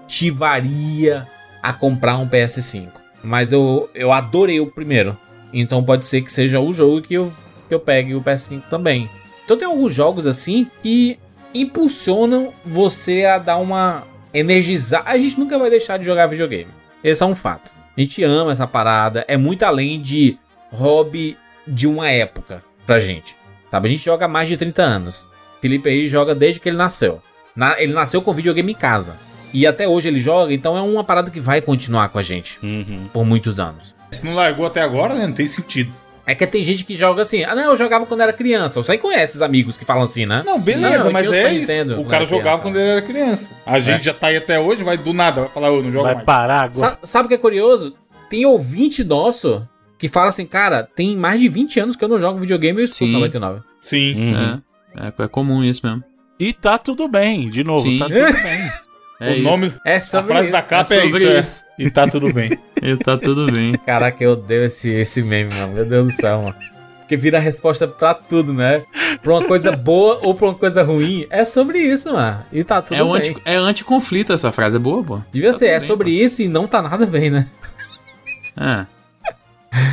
motivaria a comprar um P S cinco. Mas eu, eu adorei o primeiro. Então pode ser que seja o jogo que eu, que eu pegue o P S cinco também. Então tem alguns jogos assim que impulsionam você a dar uma energizar. A gente nunca vai deixar de jogar videogame. Esse é um fato. A gente ama essa parada. É muito além de hobby de uma época pra gente. Sabe? A gente joga há mais de trinta anos. Felipe aí joga desde que ele nasceu. Na, ele nasceu com videogame em casa. E até hoje ele joga, então é uma parada que vai continuar com a gente Uhum. por muitos anos. Se não largou até agora, né? Não tem sentido. É que tem gente que joga assim, ah não, eu jogava quando era criança. Você conhece esses amigos que falam assim, né? Não, beleza, Não, eu mas tinha os é Super isso. Nintendo O quando cara era jogava criança. quando ele era criança. A gente já tá aí até hoje, vai do nada, vai falar, eu não jogo Vai mais. parar agora. Sa- sabe o que é curioso? Tem ouvinte nosso que fala assim, cara, tem mais de vinte anos que eu não jogo videogame e eu escuto Sim. noventa e nove. Sim. Uhum. É, é, é comum isso mesmo. E tá tudo bem, de novo, Sim. tá tudo bem. É o nome, É a sobre frase isso. da capa é é, sobre isso, é. isso. E tá tudo bem. E tá tudo bem. Caraca, eu odeio esse, esse meme, mano. Meu Deus do céu, mano. Porque vira a resposta pra tudo, né? Pra uma coisa boa ou pra uma coisa ruim. É sobre isso, mano. E tá tudo É, um bem. anti, é anticonflito essa frase, é boa, pô. Devia Tá ser, tudo é bem, sobre isso e não tá nada bem, né? É.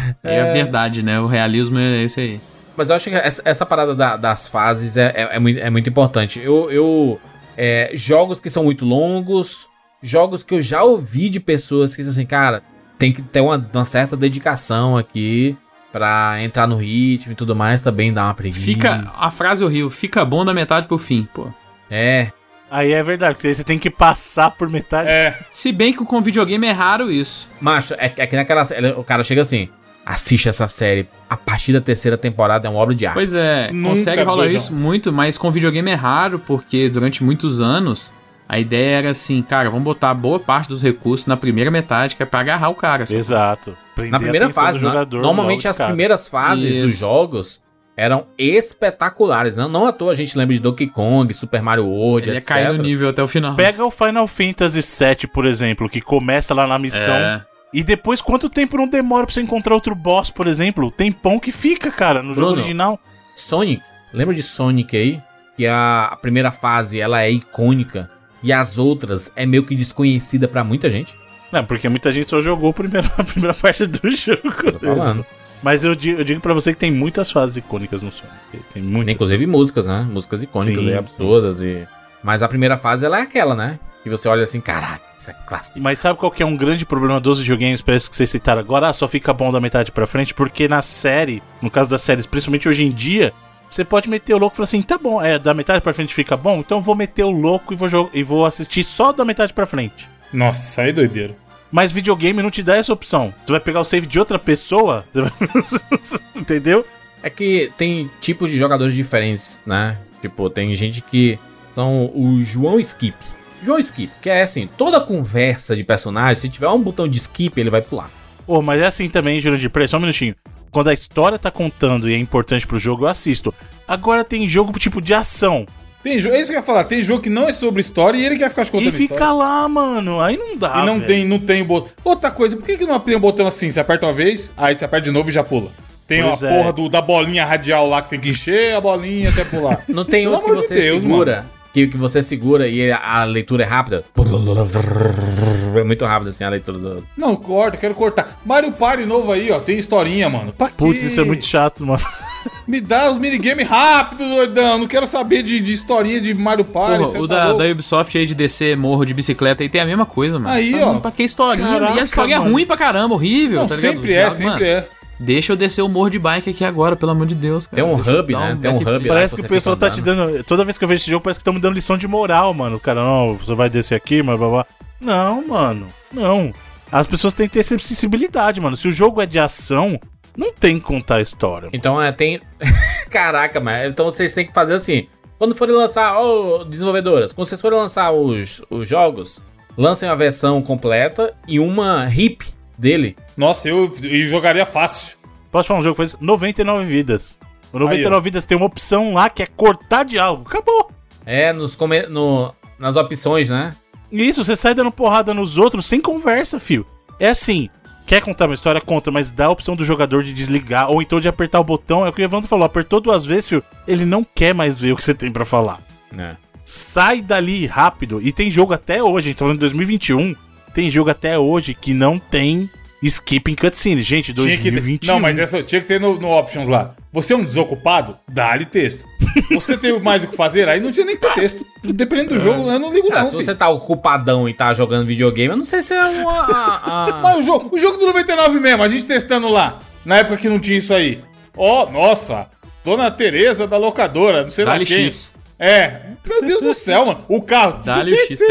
É a verdade, né? O realismo é esse aí. Mas eu acho que essa, essa parada da- das fases é, é, é muito, é muito importante. Eu, eu é, jogos que são muito longos, jogos que eu já ouvi de pessoas que dizem assim, cara, tem que ter uma, uma certa dedicação aqui pra entrar no ritmo e tudo mais, também dá uma preguiça. Fica, a frase horrível, fica bom da metade pro fim, pô. É. Aí é verdade, porque aí você tem que passar por metade. É. Se bem que com videogame é raro isso. Macho, é, é que naquela. O cara chega assim, assiste essa série. A partir da terceira temporada é uma obra de arte. Pois é, com Nunca, série rola doidão. isso muito, mas com videogame é raro, porque durante muitos anos a ideia era assim, cara, vamos botar boa parte dos recursos na primeira metade, que é pra agarrar o cara. sabe? Exato. Prender Na primeira a atenção fase, do né? jogador Normalmente logo de as cara. primeiras fases dos Isso. jogos eram espetaculares, né? Não à toa a gente lembra de Donkey Kong, Super Mario World, Ele ia etcétera. cair no nível até o final. Pega o Final Fantasy sete, por exemplo, que começa lá na missão. É. E depois, quanto tempo não demora pra você encontrar outro boss, por exemplo? Tempão que fica, cara, no jogo Bruno. original. Sonic, lembra de Sonic aí? Que a, a primeira fase ela é icônica e as outras é meio que desconhecida pra muita gente. Não, porque muita gente só jogou a primeira, a primeira parte do jogo. Tô falando. Mas eu digo, eu digo pra você que tem muitas fases icônicas no Sonic. Tem muitas. Inclusive músicas, né? Músicas icônicas Sim, aí, absurdas e... Mas a primeira fase ela é aquela, né? Que você olha assim, caraca, isso é clássico. Mas sabe qual que é um grande problema dos videogames, parece que vocês citaram agora? Ah, só fica bom da metade pra frente, porque na série, no caso das séries, principalmente hoje em dia, você pode meter o louco e falar assim, tá bom, é, da metade pra frente fica bom, então eu vou meter o louco e vou, jo- e vou assistir só da metade pra frente. Nossa, aí é doideira. Mas videogame não te dá essa opção. Você vai pegar o save de outra pessoa, você vai... entendeu? É que tem tipos de jogadores diferentes, né? Tipo, tem gente que são o João Skip. João Skip, que é assim, toda conversa de personagem, se tiver um botão de skip, ele vai pular. Pô, mas é assim também, Jurandir, peraí, só um minutinho. Quando a história tá contando e é importante pro jogo, eu assisto. Agora tem jogo tipo de ação. Tem jogo, é isso que eu ia falar, tem jogo que não é sobre história e ele quer ficar te contando E fica história. lá, mano. Aí não dá, E não velho. tem, não tem o botão. Outra coisa, por que, que não tem um botão assim? Você aperta uma vez, aí você aperta de novo e já pula. Tem Pois uma é. porra do, da bolinha radial lá que tem que encher a bolinha até pular. Não tem Pelo uns que amor de você Deus, segura, que, que você segura e a, a leitura é rápida. É muito rápido assim a leitura do... Não, corta, quero cortar. Mario Party novo aí, ó, tem historinha, mano. Pra quê? Putz, isso é muito chato, mano. Me dá os minigame rápido, doidão. Não quero saber de, de historinha de Mario Party. Porra, cê o tá da, louco. da Ubisoft aí de descer morro de bicicleta aí tem a mesma coisa, mano. Aí, Tá, ó. Pra que historinha? Caraca, e a história mano. é ruim pra caramba, horrível. Não, tá ligado? sempre Os é, diálogos, sempre mano, é. Deixa eu descer o morro de bike aqui agora, pelo amor de Deus, cara. Tem um Deixa eu hub, dar né? Tem um backflip. hub lá. Parece que que o você pessoal fica tá te dando. Toda vez que eu vejo esse jogo, parece que estão me dando lição de moral, mano. O cara, não, você vai descer aqui, mas blá blá. Não, mano. Não. As pessoas têm que ter essa sensibilidade, mano. Se o jogo é de ação, não tem que contar a história. Então é, tem... Caraca, mas então vocês têm que fazer assim. Quando forem lançar, ó, desenvolvedoras, quando vocês forem lançar os, os jogos, lancem a versão completa e uma hip dele. Nossa, eu, eu jogaria fácil. Posso falar um jogo que faz noventa e nove vidas. O noventa e Aí, ó. nove vidas tem uma opção lá que é cortar diálogo. Acabou. É, nos come... no... nas opções, né? Isso, você sai dando porrada nos outros sem conversa, fio. É assim, quer contar uma história, conta, mas dá a opção do jogador de desligar ou então de apertar o botão. É o que o Evandro falou, apertou duas vezes, fio, ele não quer mais ver o que você tem pra falar. É. Sai dali rápido. E tem jogo até hoje, a gente tá falando de dois mil e vinte e um, tem jogo até hoje que não tem skip em cutscene. Gente, Tinha que dois mil e vinte e um. ter, não, mas essa tinha que ter no, no options lá. Você é um desocupado? Dá-lhe texto. Você tem mais o que fazer? Aí não tinha nem que ter texto. Dependendo do jogo, eu não ligo Ah, não, se filho. você tá ocupadão e tá jogando videogame, eu não sei se é uma... a- a- Mas o jogo, o jogo do noventa e nove mesmo, a gente testando lá, na época que não tinha isso aí. Ó, nossa, Dona Tereza da locadora, não sei lá Dá-lhe quem. X. É, meu Deus do céu, mano. O carro. Dá-lhe o X.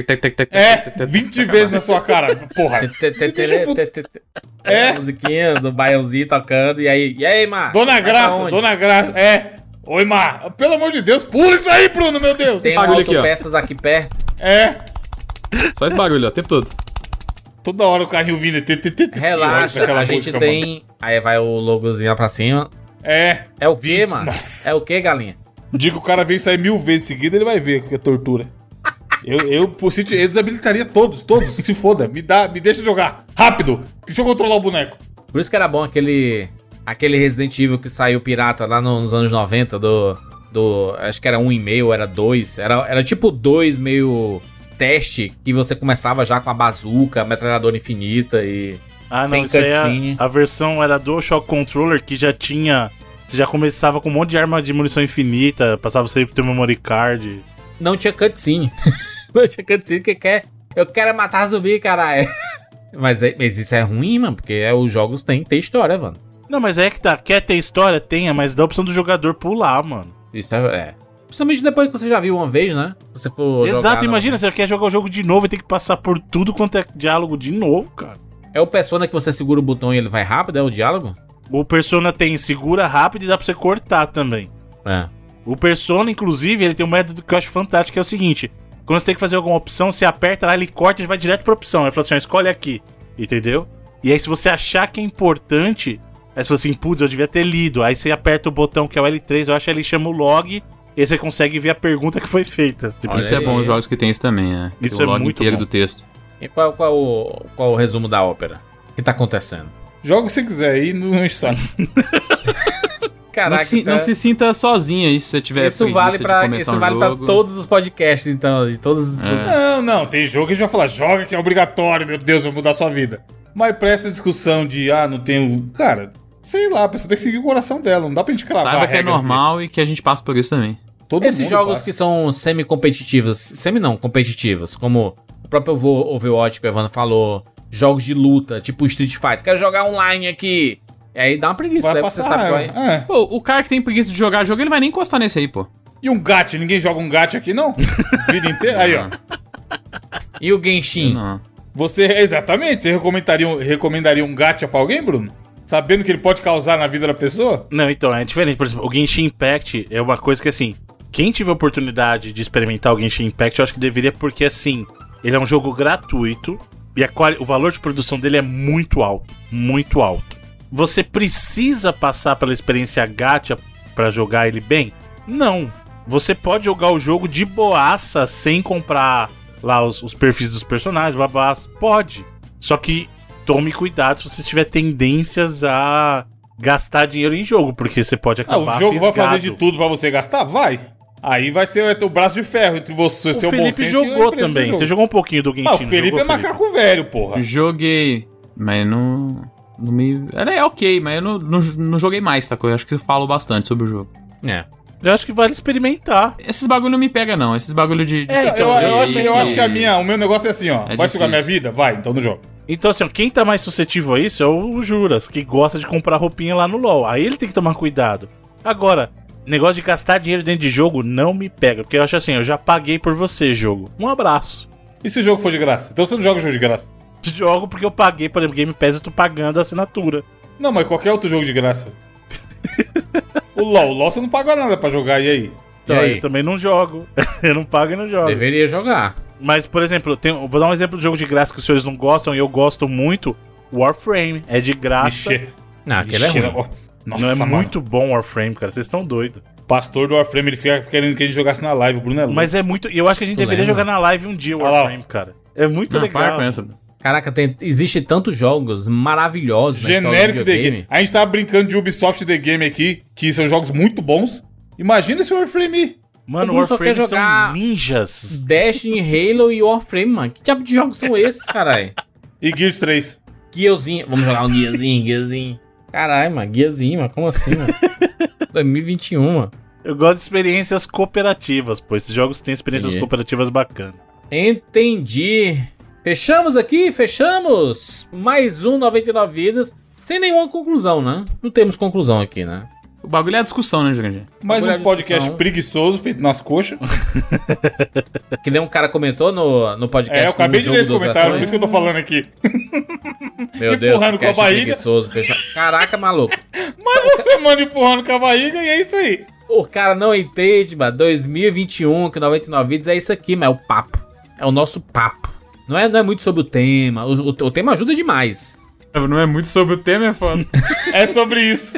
É, vinte vezes na sua cara. Porra. Te- te- te- Deixa eu- te- te- te- É. A musiquinha do Baiãozinho tocando, e aí, e aí, Mar? Dona Vai pra Graça, onde? Dona Graça. É. Oi, Mar. Pelo amor de Deus, pula isso aí, Bruno, meu Deus. Tem Barulho aqui, ó. autopeças aqui perto. É. Só esse barulho, ó, o tempo todo. Toda hora o carrinho vindo. Tê, tê, tê, tê. Relaxa, Aquela a gente música, tem... mano. Aí vai o logozinho lá pra cima. É. É o quê, Vinte- mano? Nossa. É o quê, galinha? Diga que o cara veio sair mil vezes seguida, ele vai ver que é tortura. Eu, eu, por sítio, eu desabilitaria todos, todos, se foda. Me dá, me deixa jogar. Rápido. Deixa eu controlar o boneco. Por isso que era bom aquele... Aquele Resident Evil que saiu pirata lá nos anos noventa do... do acho que era um e meio, era dois. Era, era tipo dois meio teste, que você começava já com a bazuca, a metralhadora infinita e... Ah, não, sem isso aí cutscene. a, a versão era DualShock Controller, que já tinha... Você já começava com um monte de arma de munição infinita, passava você pro teu memory card. Não tinha cutscene. Não tinha cutscene que quer... Eu quero matar zumbi, caralho. Mas, é, mas isso é ruim, mano, porque é, os jogos têm que ter história, mano. Não, mas é que tá, quer ter história? Tenha, mas dá a opção do jogador pular, mano. Isso é... é. Principalmente depois que você já viu uma vez, né? Se você for Exato, jogar, imagina, você quer jogar o jogo de novo e tem que passar por tudo quanto é diálogo de novo, cara. É o Persona que você segura o botão e ele vai rápido, é o diálogo? O Persona tem segura rápido e dá pra você cortar também. É. O Persona, inclusive, ele tem um método que eu acho fantástico, que é o seguinte: quando você tem que fazer alguma opção, você aperta lá, ele corta e vai direto pra opção. Ele fala assim, ó, escolhe aqui, entendeu? E aí se você achar que é importante, aí você fala assim, putz, eu devia ter lido. Aí você aperta o botão que é o L três, eu acho que ele chama o log, e aí você consegue ver a pergunta que foi feita. Tipo, Olha Isso é aí. bom, os jogos que tem isso também, né? Isso o é log muito inteiro bom. do texto. E qual, qual, o, qual o resumo da ópera? O que tá acontecendo? Joga o que você quiser aí no Instagram. Caraca, não, se, tá- não se sinta sozinho aí se você tiver isso preguiça vale, de pra, começar isso um vale pra jogo. todos os podcasts, então, de todos... É. Não, não, tem jogo que a gente vai falar, joga que é obrigatório, meu Deus, vai mudar a sua vida. Mas pra essa discussão de, ah, não tenho... Cara, sei lá, a pessoa tem que seguir o coração dela, não dá pra gente cravar Saiba a que é regra normal e que a gente passa por isso também. aqui. Todo Esses mundo jogos passa. que são semi-competitivos, semi não, competitivos, como o próprio Vo- Overwatch que o Evandro falou, jogos de luta, tipo Street Fighter, quero jogar online aqui. E aí dá uma preguiça, Vai né? passar Você sabe qual raiva. é. É. Pô, o cara que tem preguiça de jogar jogo, ele vai nem encostar nesse aí, pô. E um gacha, ninguém joga um gacha aqui, não? Vida inteira? Aí, ó. E o Genshin? Não. Você, exatamente, você recomendaria, um- recomendaria um gacha pra alguém, Bruno? Sabendo que ele pode causar na vida da pessoa? Não, então, é diferente. Por exemplo, o Genshin Impact é uma coisa que, assim, quem tiver oportunidade de experimentar o Genshin Impact, eu acho que deveria, porque, assim, ele é um jogo gratuito e a quali- o valor de produção dele é muito alto. Muito alto. Você precisa passar pela experiência gacha pra jogar ele bem? Não. Você pode jogar o jogo de boaça sem comprar lá os, os perfis dos personagens, babás. Pode. Só que tome cuidado se você tiver tendências a gastar dinheiro em jogo, porque você pode Ah, acabar o jogo vai fisgado. fazer de tudo pra você gastar? Vai. Aí vai ser o braço de ferro entre você, O seu bom Felipe senso e a jogou empresa do também. jogo. Você jogou um pouquinho do Genshin. Ah, o não Felipe jogou, é macaco velho, porra. Joguei, mas não... não me... Ela é ok, mas eu não, não, não joguei mais, tá? Eu acho que eu falo bastante sobre o jogo. É. Eu acho que vale experimentar. Esses bagulho não me pega, não. Esses bagulho de... de É, Eu, então, eu, e- acho, eu e- acho que a minha, o meu negócio é assim, ó. É vai sugar difícil. minha vida? Vai, então no jogo. Então, assim, ó, quem tá mais suscetível a isso é o Juras, que gosta de comprar roupinha lá no LoL. Aí ele tem que tomar cuidado. Agora, negócio de gastar dinheiro dentro de jogo não me pega. Porque eu acho assim, eu já paguei por você, jogo. Um abraço. E se o jogo for de graça? Então você não joga jogo de graça. Jogo porque eu paguei, por exemplo, Game Pass, eu tô pagando a assinatura. Não, mas qualquer outro jogo de graça. O LoL, o LoL você não paga nada pra jogar, e aí? Então, E aí? eu também não jogo. eu não pago e não jogo. Deveria jogar. Mas, por exemplo, tem, vou dar um exemplo de jogo de graça que os senhores não gostam e eu gosto muito. Warframe. É de graça. Ixi, Não, aquele é ixi, ruim. ó. Nossa, não é mano. muito bom Warframe, cara. Vocês estão doidos. Pastor do Warframe, ele fica querendo que a gente jogasse na live. O Bruno é louco. Mas é muito. Eu acho que a gente Tu deveria lembra? jogar na live um dia o Olha lá, ó. Warframe, cara. É muito Não, para legal. com essa. Caraca, tem, existe tantos jogos maravilhosos na história Genérico do The videogame. Game. A gente tava brincando de Ubisoft The Game aqui, que são jogos muito bons. Imagina esse Warframe. Mano, O Bruno só Warframe quer jogar- são ninjas. Destiny, Halo e Warframe, mano. Que tipo de jogos são esses, caralho? E Gears três. Guiazinho. Vamos jogar um guiazinho, guiazinho. Caralho, mano. Guiazinho, mano. Como assim, mano? dois mil e vinte e um, mano. Eu gosto de experiências cooperativas, pô. Esses jogos têm experiências Yeah. cooperativas bacanas. Entendi. Fechamos aqui, fechamos. Mais um noventa e nove vidas. Sem nenhuma conclusão, né? Não temos conclusão aqui, né? O bagulho é a discussão, né, Jurandir? Mais Mulher um de podcast discussão. preguiçoso, feito nas coxas. Que nem um cara comentou no, no podcast. É, eu acabei no de ler esse Jogo dos comentário, por Ações. isso que eu tô falando aqui. Meu Deus, empurrando com a podcast barriga. preguiçoso, fecha- Caraca, maluco. Mais uma semana empurrando com a barriga e é isso aí. O cara não entende, mano. dois mil e vinte e um, que noventa e nove vídeos é isso aqui, mas é o papo. É o nosso papo. Não é, não é muito sobre o tema. O, o, o tema ajuda demais. Não é muito sobre o tema, é foda. É sobre isso.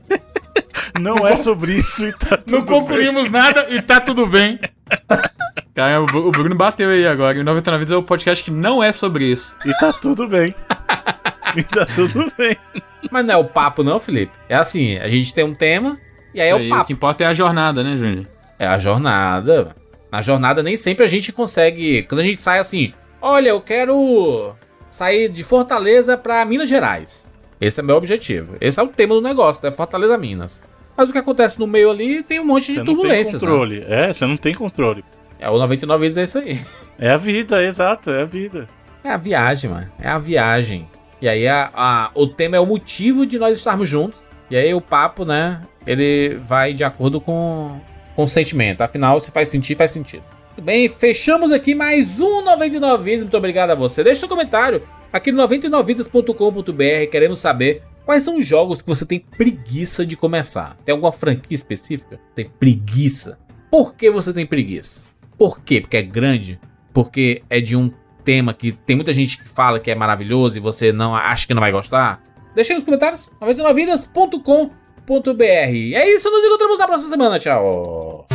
Não é sobre isso e tá Não tudo bem. concluímos nada e tá tudo bem. Cara, o Bru- o Bruno bateu aí agora. E noventa e nove Vidas é o podcast que não é sobre isso. E tá tudo bem. E tá tudo bem. Mas não é o papo, não, Felipe. É assim, a gente tem um tema e aí Isso é aí, o o papo. que importa é a jornada, né, Jurandir? É a jornada. Na jornada nem sempre a gente consegue. Quando a gente sai assim, olha, eu quero sair de Fortaleza pra Minas Gerais. Esse é meu objetivo. Esse é o tema do negócio, né? Fortaleza, Minas. Mas o que acontece no meio ali tem um monte de Você turbulências. Não tem controle. Né? É, você não tem controle. É, o noventa e nove vidas é isso aí. É a vida, exato, é a vida. É a viagem, mano. É a viagem. E aí a, a, o tema é o motivo de nós estarmos juntos. E aí o papo, né? Ele vai de acordo com, com o sentimento. Afinal, se faz sentido, faz sentido. Muito bem, fechamos aqui mais um noventa e nove Vidas. Muito obrigado a você. Deixe seu comentário aqui no noventa e nove vidas ponto com ponto b r. Queremos saber quais são os jogos que você tem preguiça de começar. Tem alguma franquia específica? Tem preguiça? Por que você tem preguiça? Por quê? Porque é grande? Porque é de um tema que tem muita gente que fala que é maravilhoso e você não acha que não vai gostar? Deixa aí nos comentários, noventa e nove vidas ponto com ponto b r. É isso, nos encontramos na próxima semana. Tchau!